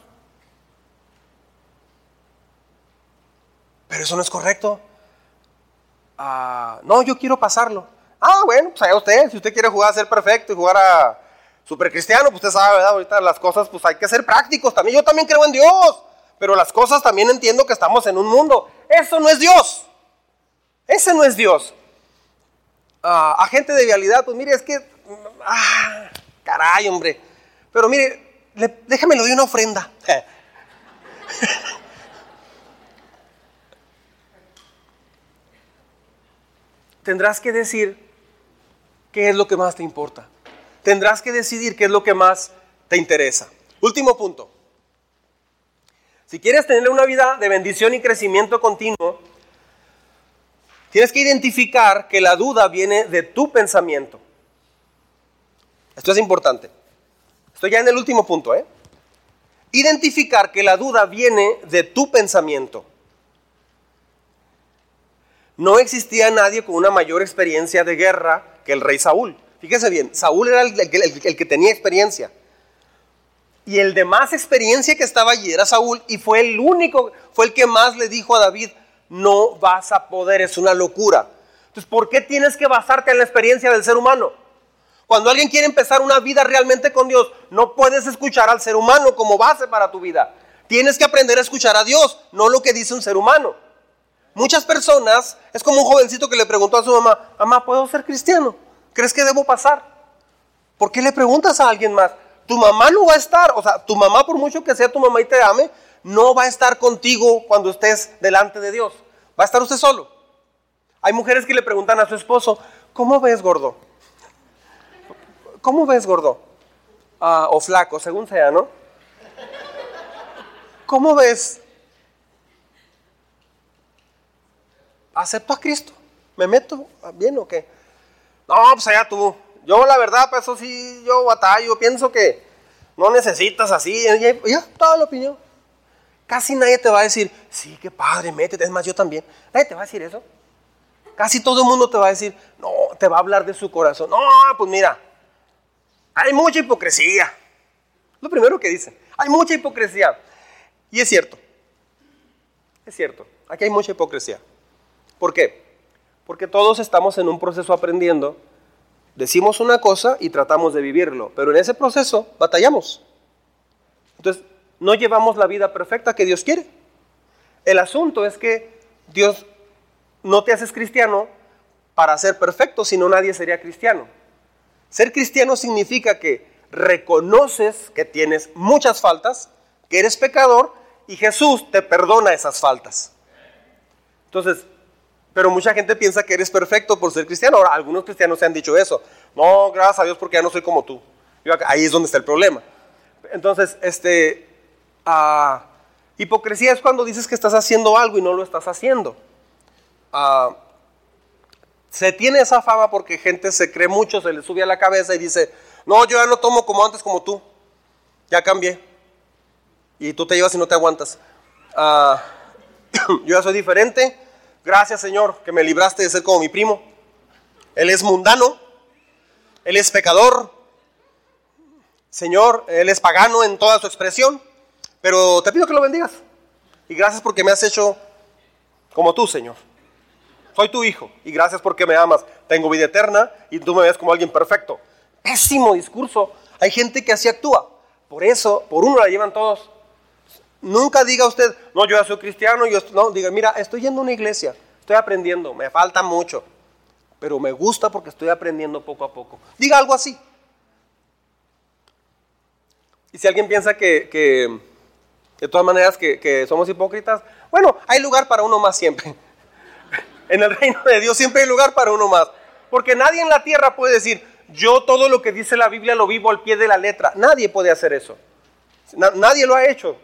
Pero eso no es correcto. Ah, no, yo quiero pasarlo. Ah, bueno, pues allá usted, si usted quiere jugar a ser perfecto y jugar a super cristiano, pues usted sabe, ¿verdad? Ahorita las cosas, pues hay que ser prácticos también. Yo también creo en Dios, pero las cosas también entiendo que estamos en un mundo. Eso no es Dios. Ese no es Dios. Ah, agente de vialidad, pues mire, es que, ah, caray, hombre. Pero mire, le, déjame le doy una ofrenda. Tendrás que decir qué es lo que más te importa. Tendrás que decidir qué es lo que más te interesa. Último punto. Si quieres tener una vida de bendición y crecimiento continuo, tienes que identificar que la duda viene de tu pensamiento. Esto es importante. Estoy ya en el último punto, ¿eh? Identificar que la duda viene de tu pensamiento. No existía nadie con una mayor experiencia de guerra que el rey Saúl. Fíjese bien, Saúl era el, el, el, el que tenía experiencia. Y el de más experiencia que estaba allí era Saúl, y fue el único, fue el que más le dijo a David, no vas a poder, es una locura. Entonces, ¿por qué tienes que basarte en la experiencia del ser humano? Cuando alguien quiere empezar una vida realmente con Dios, no puedes escuchar al ser humano como base para tu vida. Tienes que aprender a escuchar a Dios, no lo que dice un ser humano. Muchas personas, es como un jovencito que le preguntó a su mamá, mamá, ¿puedo ser cristiano? ¿Crees que debo pasar? ¿Por qué le preguntas a alguien más? Tu mamá no va a estar, o sea, tu mamá, por mucho que sea tu mamá y te ame, no va a estar contigo cuando estés delante de Dios. Va a estar usted solo. Hay mujeres que le preguntan a su esposo, ¿cómo ves, gordo? ¿Cómo ves, gordo? Ah, o flaco, según sea, ¿no? ¿Cómo ves? ¿Acepto a Cristo? ¿Me meto bien o qué? No, pues allá tú. Yo la verdad, pues eso sí, yo batallo. Pienso que no necesitas así. Ya, ya, toda la opinión. Casi nadie te va a decir, sí, qué padre, métete. Es más, yo también. Nadie te va a decir eso. Casi todo el mundo te va a decir, no, te va a hablar de su corazón. No, pues mira, hay mucha hipocresía. Lo primero que dicen, hay mucha hipocresía. Y es cierto. Es cierto. Aquí hay mucha hipocresía. ¿Por qué? Porque todos estamos en un proceso aprendiendo. Decimos una cosa y tratamos de vivirlo, pero en ese proceso batallamos. Entonces, no llevamos la vida perfecta que Dios quiere. El asunto es que Dios no te haces cristiano para ser perfecto, si no nadie sería cristiano. Ser cristiano significa que reconoces que tienes muchas faltas, que eres pecador y Jesús te perdona esas faltas. Entonces, pero mucha gente piensa que eres perfecto por ser cristiano. Ahora, algunos cristianos se han dicho eso. No, gracias a Dios porque ya no soy como tú. Ahí es donde está el problema. Entonces, este, uh, hipocresía es cuando dices que estás haciendo algo y no lo estás haciendo. Uh, se tiene esa fama porque gente se cree mucho, se le sube a la cabeza y dice, no, yo ya no tomo como antes como tú. Ya cambié. Y tú te llevas y no te aguantas. Uh, yo ya soy diferente. Gracias, Señor, que me libraste de ser como mi primo. Él es mundano, él es pecador. Señor, él es pagano en toda su expresión, pero te pido que lo bendigas. Y gracias porque me has hecho como tú, Señor. Soy tu hijo y gracias porque me amas. Tengo vida eterna y tú me ves como alguien perfecto. Pésimo discurso. Hay gente que así actúa. Por eso, por uno la llevan todos. Nunca diga usted, no, yo ya soy cristiano, yo no, diga, mira, estoy yendo a una iglesia, estoy aprendiendo, me falta mucho. pero me gusta porque estoy aprendiendo poco a poco. Diga algo así. Y si alguien piensa que, que de todas maneras que, que somos hipócritas, bueno, hay lugar para uno más siempre. En el reino de Dios siempre hay lugar para uno más. Porque nadie en la tierra puede decir, yo todo lo que dice la Biblia lo vivo al pie de la letra. Nadie puede hacer eso. Na- nadie lo ha hecho.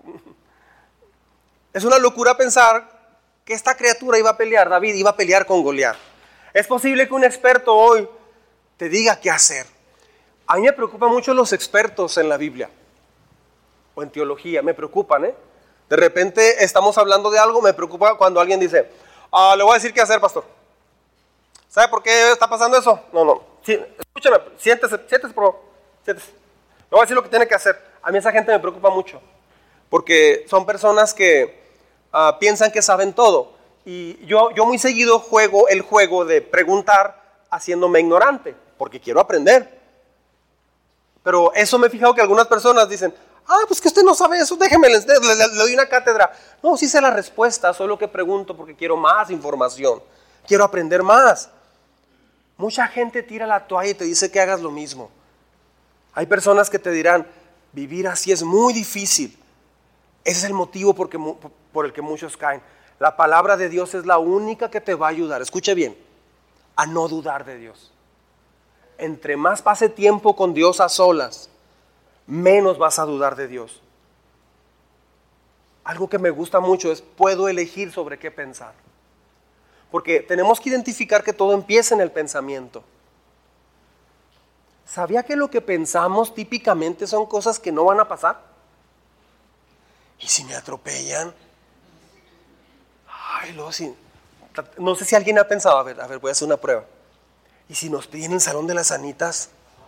Es una locura pensar que esta criatura iba a pelear, David iba a pelear con Goliat. Es posible que un experto hoy te diga qué hacer. A mí me preocupan mucho los expertos en la Biblia o en teología, me preocupan, ¿eh? De repente estamos hablando de algo, me preocupa cuando alguien dice, ah, le voy a decir qué hacer, pastor. ¿Sabe por qué está pasando eso? No, no, sí, escúchame, siéntese, siéntese, por favor, siéntese. Le voy a decir lo que tiene que hacer. A mí esa gente me preocupa mucho, porque son personas que uh, piensan que saben todo. Y yo, yo muy seguido juego el juego de preguntar haciéndome ignorante, porque quiero aprender. Pero eso me he fijado que algunas personas dicen, ah, pues que usted no sabe eso, déjeme, le, le, le, le doy una cátedra. No, sí sé la respuesta, solo que pregunto porque quiero más información, quiero aprender más. Mucha gente tira la toalla y te dice que hagas lo mismo. Hay personas que te dirán, vivir así es muy difícil. Ese es el motivo por, que, por el que muchos caen. La palabra de Dios es la única que te va a ayudar, escuche bien, a no dudar de Dios. Entre más pase tiempo con Dios a solas, menos vas a dudar de Dios. Algo que me gusta mucho es, puedo elegir sobre qué pensar. Porque tenemos que identificar que todo empieza en el pensamiento. ¿Sabía que lo que pensamos típicamente son cosas que no van a pasar? ¿Y si me atropellan? Ay, luego si, no sé si alguien ha pensado, a ver, a ver, voy a hacer una prueba. ¿Y si nos piden el salón de las Anitas?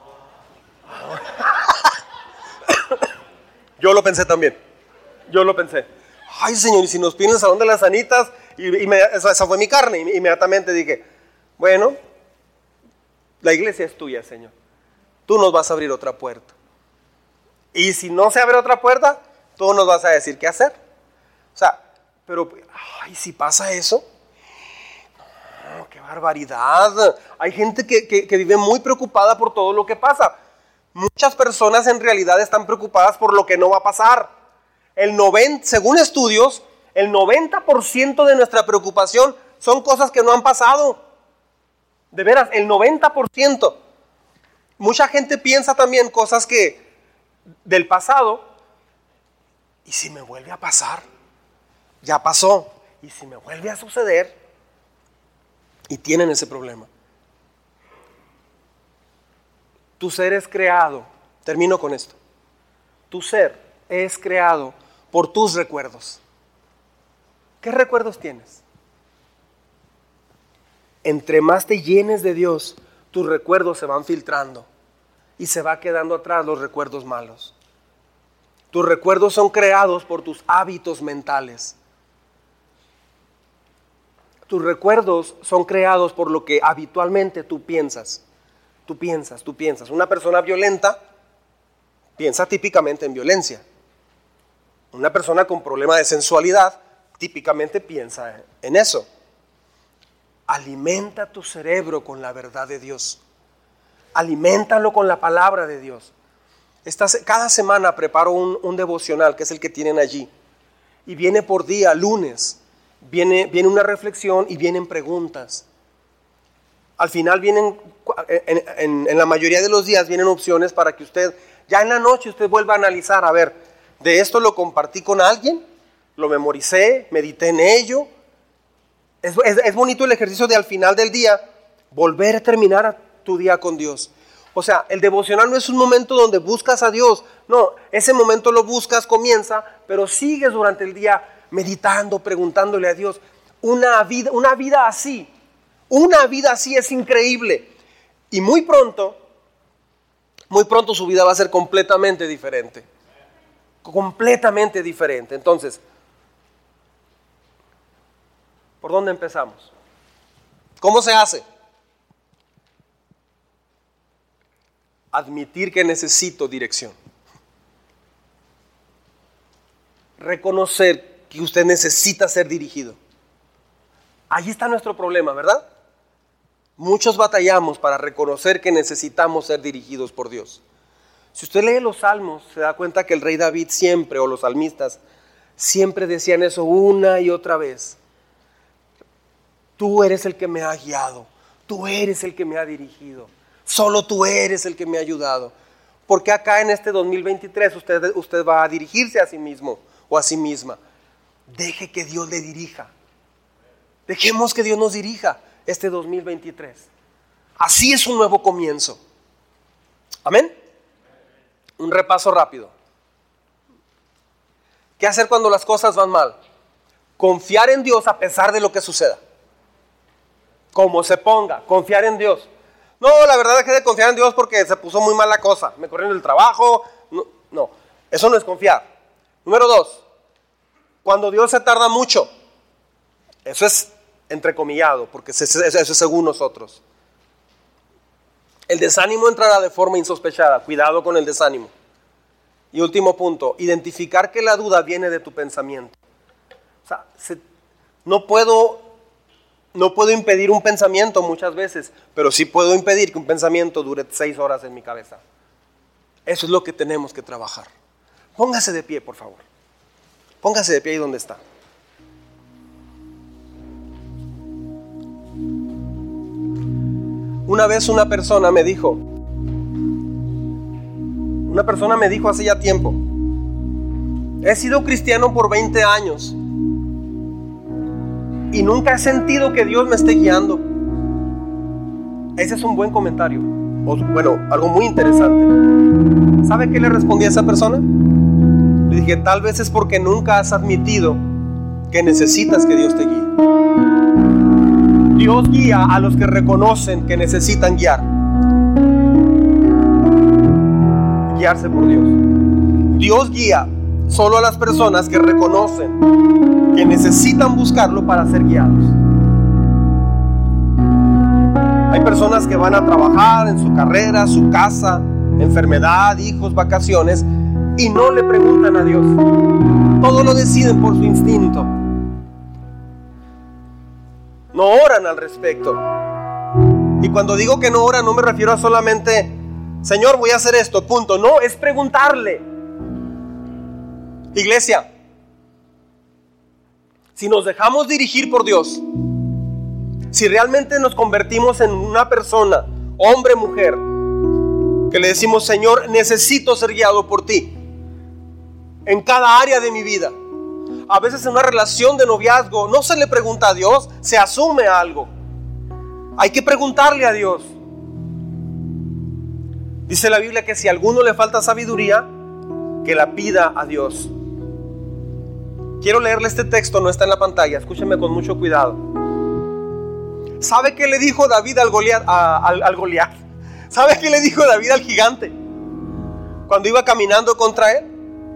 Yo lo pensé también. Yo lo pensé. Ay, Señor, ¿y si nos piden el salón de las Anitas? Y, y me, esa, esa fue mi carne. Y inmediatamente dije, bueno, la iglesia es tuya, Señor. Tú nos vas a abrir otra puerta. Y si no se abre otra puerta, tú nos vas a decir qué hacer. O sea, pero, ay, si pasa eso, no, qué barbaridad. Hay gente que, que, que vive muy preocupada por todo lo que pasa. Muchas personas en realidad están preocupadas por lo que no va a pasar. El noventa, según estudios, el noventa por ciento de nuestra preocupación son cosas que no han pasado. De veras, el noventa por ciento. Mucha gente piensa también cosas que del pasado. ¿Y si me vuelve a pasar? Ya pasó. ¿Y si me vuelve a suceder? Y tienen ese problema. Tu ser es creado, termino con esto. Tu ser es creado por tus recuerdos. ¿Qué recuerdos tienes? Entre más te llenes de Dios, tus recuerdos se van filtrando y se va quedando atrás los recuerdos malos. Tus recuerdos son creados por tus hábitos mentales. Tus recuerdos son creados por lo que habitualmente tú piensas. Tú piensas, tú piensas. Una persona violenta piensa típicamente en violencia. Una persona con problema de sensualidad típicamente piensa en eso. Alimenta tu cerebro con la verdad de Dios. Aliméntalo con la palabra de Dios. Esta, cada semana preparo un, un devocional, que es el que tienen allí. Y viene por día, lunes. Viene, viene una reflexión y vienen preguntas. Al final vienen, en, en, en la mayoría de los días vienen opciones para que usted, ya en la noche usted vuelva a analizar, a ver, de esto lo compartí con alguien, lo memoricé, medité en ello. Es, es, es bonito el ejercicio de al final del día, volver a terminar tu día con Dios. O sea, el devocional no es un momento donde buscas a Dios, no, ese momento lo buscas, comienza, pero sigues durante el día meditando, preguntándole a Dios. Una vida, una vida así, una vida así es increíble. Y muy pronto, muy pronto su vida va a ser completamente diferente. Completamente diferente. Entonces, ¿por dónde empezamos? ¿Cómo se hace? Admitir que necesito dirección. Reconocer que usted necesita ser dirigido. Ahí está nuestro problema, ¿verdad? Muchos batallamos para reconocer que necesitamos ser dirigidos por Dios. Si usted lee los salmos, se da cuenta que el rey David siempre, o los salmistas, siempre decían eso una y otra vez. Tú eres el que me ha guiado, tú eres el que me ha dirigido, solo tú eres el que me ha ayudado. Porque acá en este dos mil veintitrés usted, usted va a dirigirse a sí mismo o a sí misma. Deje que Dios le dirija. Dejemos que Dios nos dirija este dos mil veintitrés. Así es un nuevo comienzo. Amén. Un repaso rápido. ¿Qué hacer cuando las cosas van mal? Confiar en Dios a pesar de lo que suceda. Como se ponga, confiar en Dios. No, la verdad dejé de confiar en Dios porque se puso muy mal la cosa. Me corrieron del trabajo. No, no, eso no es confiar. Número dos, cuando Dios se tarda mucho. Eso es entrecomillado, porque eso es según nosotros. El desánimo entrará de forma insospechada. Cuidado con el desánimo. Y último punto, identificar que la duda viene de tu pensamiento. O sea, se, no puedo, no puedo impedir un pensamiento muchas veces, pero sí puedo impedir que un pensamiento dure seis horas en mi cabeza. Eso es lo que tenemos que trabajar. Póngase de pie, por favor. Póngase de pie ahí donde está. Una vez una persona me dijo, una persona me dijo hace ya tiempo, he sido cristiano por veinte años y nunca he sentido que Dios me esté guiando. Ese es un buen comentario, o, bueno, algo muy interesante. ¿Sabe qué le respondí a esa persona? Le dije, tal vez es porque nunca has admitido que necesitas que Dios te guíe. Dios guía a los que reconocen que necesitan guiar. Guiarse por Dios. Dios guía solo a las personas que reconocen que necesitan buscarlo para ser guiados. Hay personas que van a trabajar en su carrera, su casa, enfermedad, hijos, vacaciones, y no le preguntan a Dios. Todo lo deciden por su instinto. No oran al respecto. Y cuando digo que no oran, no me refiero a solamente, Señor, voy a hacer esto, punto. No, es preguntarle. Iglesia, si nos dejamos dirigir por Dios, si realmente nos convertimos en una persona, hombre, mujer, que le decimos, Señor, necesito ser guiado por ti en cada área de mi vida. A veces en una relación de noviazgo no se le pregunta a Dios, se asume algo. Hay que preguntarle a Dios. Dice la Biblia que si a alguno le falta sabiduría, que la pida a Dios. Quiero leerle este texto, no está en la pantalla, escúcheme con mucho cuidado. ¿Sabe qué le dijo David al Goliat? A, al, al Goliat? ¿Sabe qué le dijo David al gigante cuando iba caminando contra él?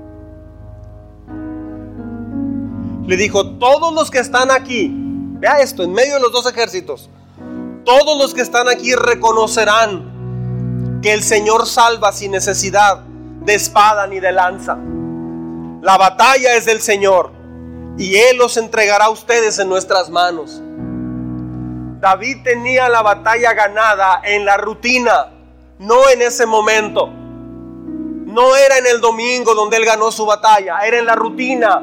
Le dijo, todos los que están aquí, vea esto, en medio de los dos ejércitos, todos los que están aquí reconocerán que el Señor salva sin necesidad de espada ni de lanza. La batalla es del Señor y Él los entregará a ustedes en nuestras manos. David tenía la batalla ganada en la rutina, no en ese momento. No era en el domingo donde él ganó su batalla, era en la rutina.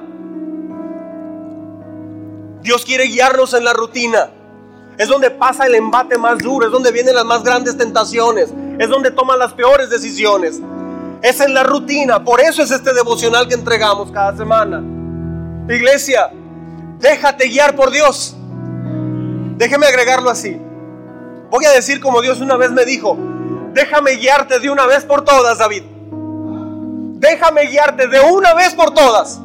Dios quiere guiarnos en la rutina. Es donde pasa el embate más duro, es donde vienen las más grandes tentaciones, es donde toman las peores decisiones. Es en la rutina. Por eso es este devocional que entregamos cada semana. Iglesia, déjate guiar por Dios. Déjeme agregarlo así. Voy a decir como Dios una vez me dijo, déjame guiarte de una vez por todas, David. Déjame guiarte de una vez por todas.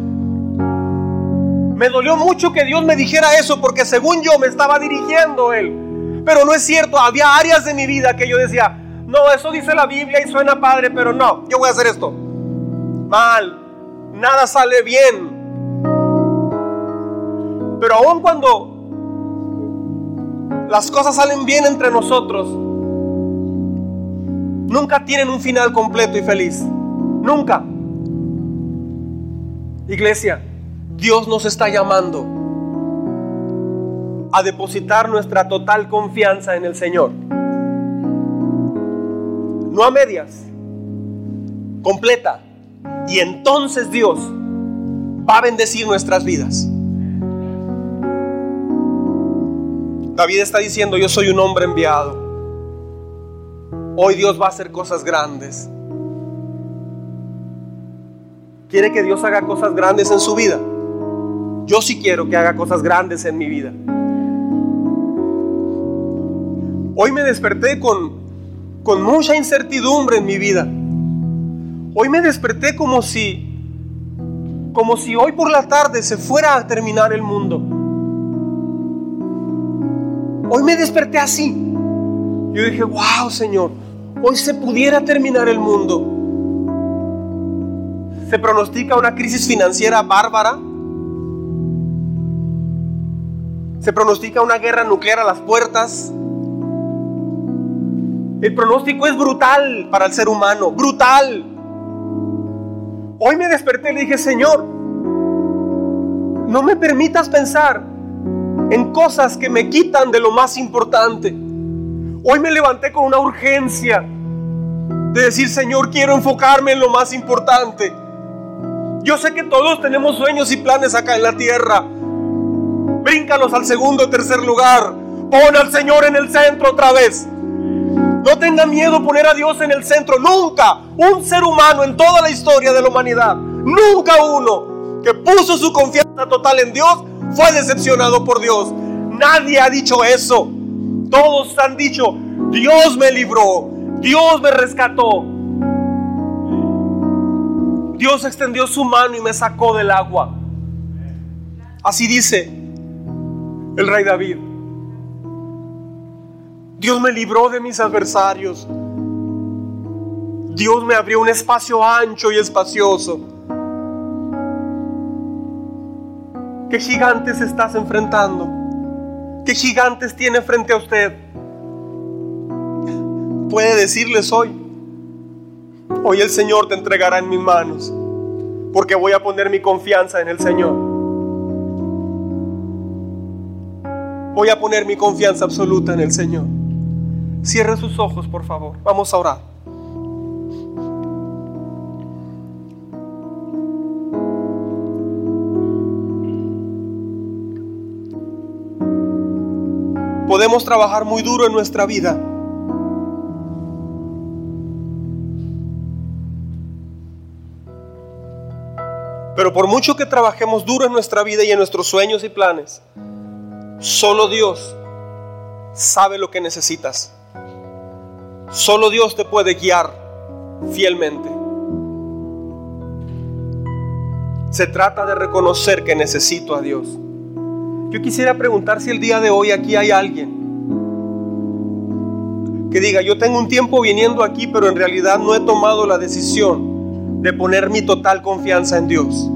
Me dolió mucho que Dios me dijera eso, porque según yo me estaba dirigiendo Él. Pero no es cierto, había áreas de mi vida que yo decía, no, eso dice la Biblia y suena padre, pero no, yo voy a hacer esto. Mal, nada sale bien. Pero aun cuando las cosas salen bien entre nosotros, nunca tienen un final completo y feliz. Nunca. Iglesia, Dios nos está llamando a depositar nuestra total confianza en el Señor. No a medias, completa. Y entonces Dios va a bendecir nuestras vidas. David está diciendo: yo soy un hombre enviado. Hoy Dios va a hacer cosas grandes. ¿Quiere que Dios haga cosas grandes en su vida? Yo sí quiero que haga cosas grandes en mi vida. Hoy me desperté con, con mucha incertidumbre en mi vida. Hoy me desperté como si, como si hoy por la tarde se fuera a terminar el mundo. Hoy me desperté así. Yo dije: wow, Señor, hoy se pudiera terminar el mundo. Se pronostica una crisis financiera bárbara. Se pronostica una guerra nuclear a las puertas. El pronóstico es brutal para el ser humano, brutal. Hoy me desperté y le dije: Señor, no me permitas pensar en cosas que me quitan de lo más importante. Hoy me levanté con una urgencia de decir: Señor, quiero enfocarme en lo más importante. Yo sé que todos tenemos sueños y planes acá en la tierra. Bríncalos al segundo o tercer lugar. Pon al Señor en el centro otra vez. No tenga miedo poner a Dios en el centro. Nunca un ser humano en toda la historia de la humanidad, nunca uno que puso su confianza total en Dios fue decepcionado por Dios. Nadie ha dicho eso. Todos han dicho: Dios me libró, Dios me rescató, Dios extendió su mano y me sacó del agua. Así dice el rey David: Dios me libró de mis adversarios. Dios me abrió un espacio ancho y espacioso. ¿Qué gigantes estás enfrentando? ¿Qué gigantes tiene frente a usted? Puede decirles hoy: hoy el Señor te entregará en mis manos, porque voy a poner mi confianza en el Señor. Voy a poner mi confianza absoluta en el Señor. Cierre sus ojos, por favor. Vamos a orar. Podemos trabajar muy duro en nuestra vida, pero por mucho que trabajemos duro en nuestra vida y en nuestros sueños y planes, solo Dios sabe lo que necesitas. Solo Dios te puede guiar fielmente. Se trata de reconocer que necesito a Dios. Yo quisiera preguntar si el día de hoy aquí hay alguien que diga: yo tengo un tiempo viniendo aquí, pero en realidad no he tomado la decisión de poner mi total confianza en Dios.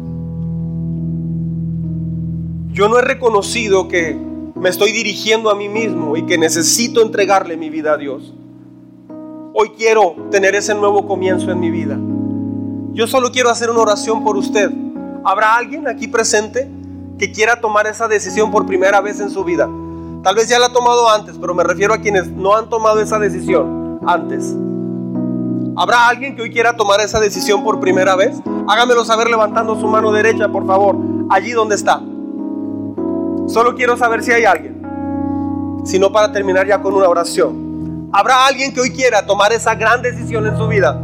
Yo no he reconocido que me estoy dirigiendo a mí mismo y que necesito entregarle mi vida a Dios. Hoy quiero tener ese nuevo comienzo en mi vida. Yo solo quiero hacer una oración por usted. ¿Habrá alguien aquí presente que quiera tomar esa decisión por primera vez en su vida? Tal vez ya la ha tomado antes, pero me refiero a quienes no han tomado esa decisión antes. ¿Habrá alguien que hoy quiera tomar esa decisión por primera vez? Hágamelo saber levantando su mano derecha, por favor, allí donde está. Solo quiero saber si hay alguien. Si no, para terminar ya con una oración. ¿Habrá alguien que hoy quiera tomar esa gran decisión en su vida?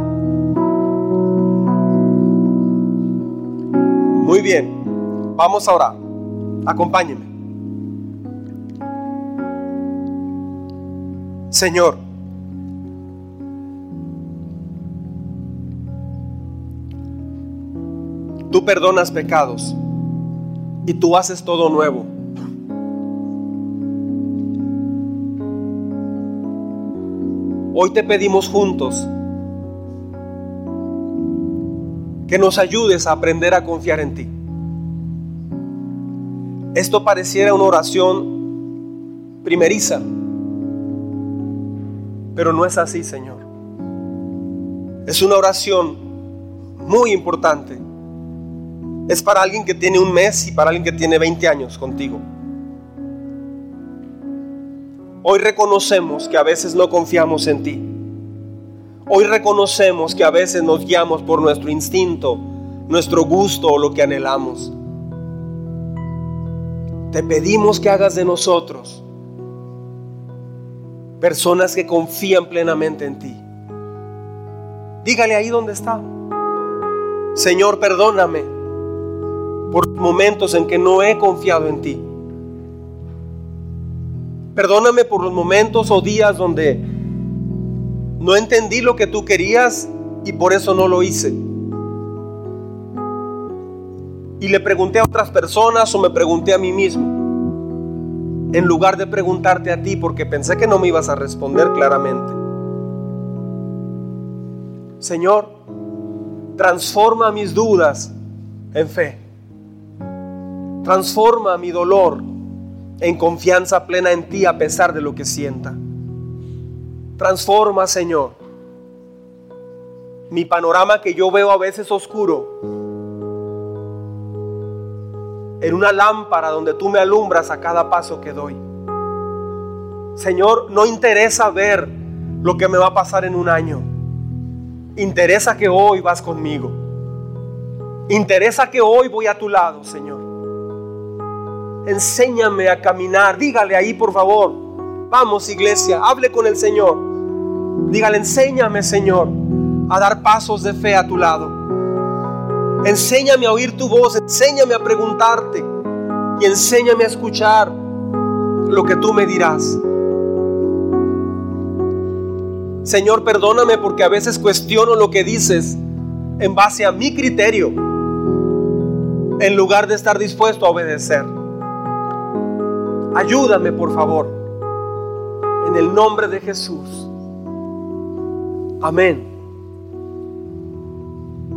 Muy bien, vamos a orar. Acompáñenme. Señor, tú perdonas pecados y tú haces todo nuevo. Hoy te pedimos juntos que nos ayudes a aprender a confiar en ti. Esto pareciera una oración primeriza, pero no es así, Señor. Es una oración muy importante. Es para alguien que tiene un mes y para alguien que tiene veinte años contigo. Hoy reconocemos que a veces no confiamos en ti. Hoy reconocemos que a veces nos guiamos por nuestro instinto, nuestro gusto o lo que anhelamos. Te pedimos que hagas de nosotros personas que confían plenamente en ti. Dígale ahí donde está: Señor, perdóname por momentos en que no he confiado en ti. Perdóname por los momentos o días donde no entendí lo que tú querías y por eso no lo hice. Y le pregunté a otras personas o me pregunté a mí mismo, en lugar de preguntarte a ti, porque pensé que no me ibas a responder claramente. Señor, transforma mis dudas en fe. Transforma mi dolor en confianza plena en ti a pesar de lo que sienta. Transforma, Señor, mi panorama que yo veo a veces oscuro en una lámpara donde tú me alumbras a cada paso que doy. Señor, no interesa ver lo que me va a pasar en un año. Interesa que hoy vas conmigo. Interesa que hoy voy a tu lado, Señor. Enséñame a caminar. Dígale ahí, por favor. Vamos, iglesia, hable con el Señor. Dígale: enséñame, Señor, a dar pasos de fe a tu lado. Enséñame a oír tu voz. Enséñame a preguntarte. Y enséñame a escuchar lo que tú me dirás. Señor, perdóname porque a veces cuestiono lo que dices en base a mi criterio, en lugar de estar dispuesto a obedecer. Ayúdame, por favor, en el nombre de Jesús. Amén.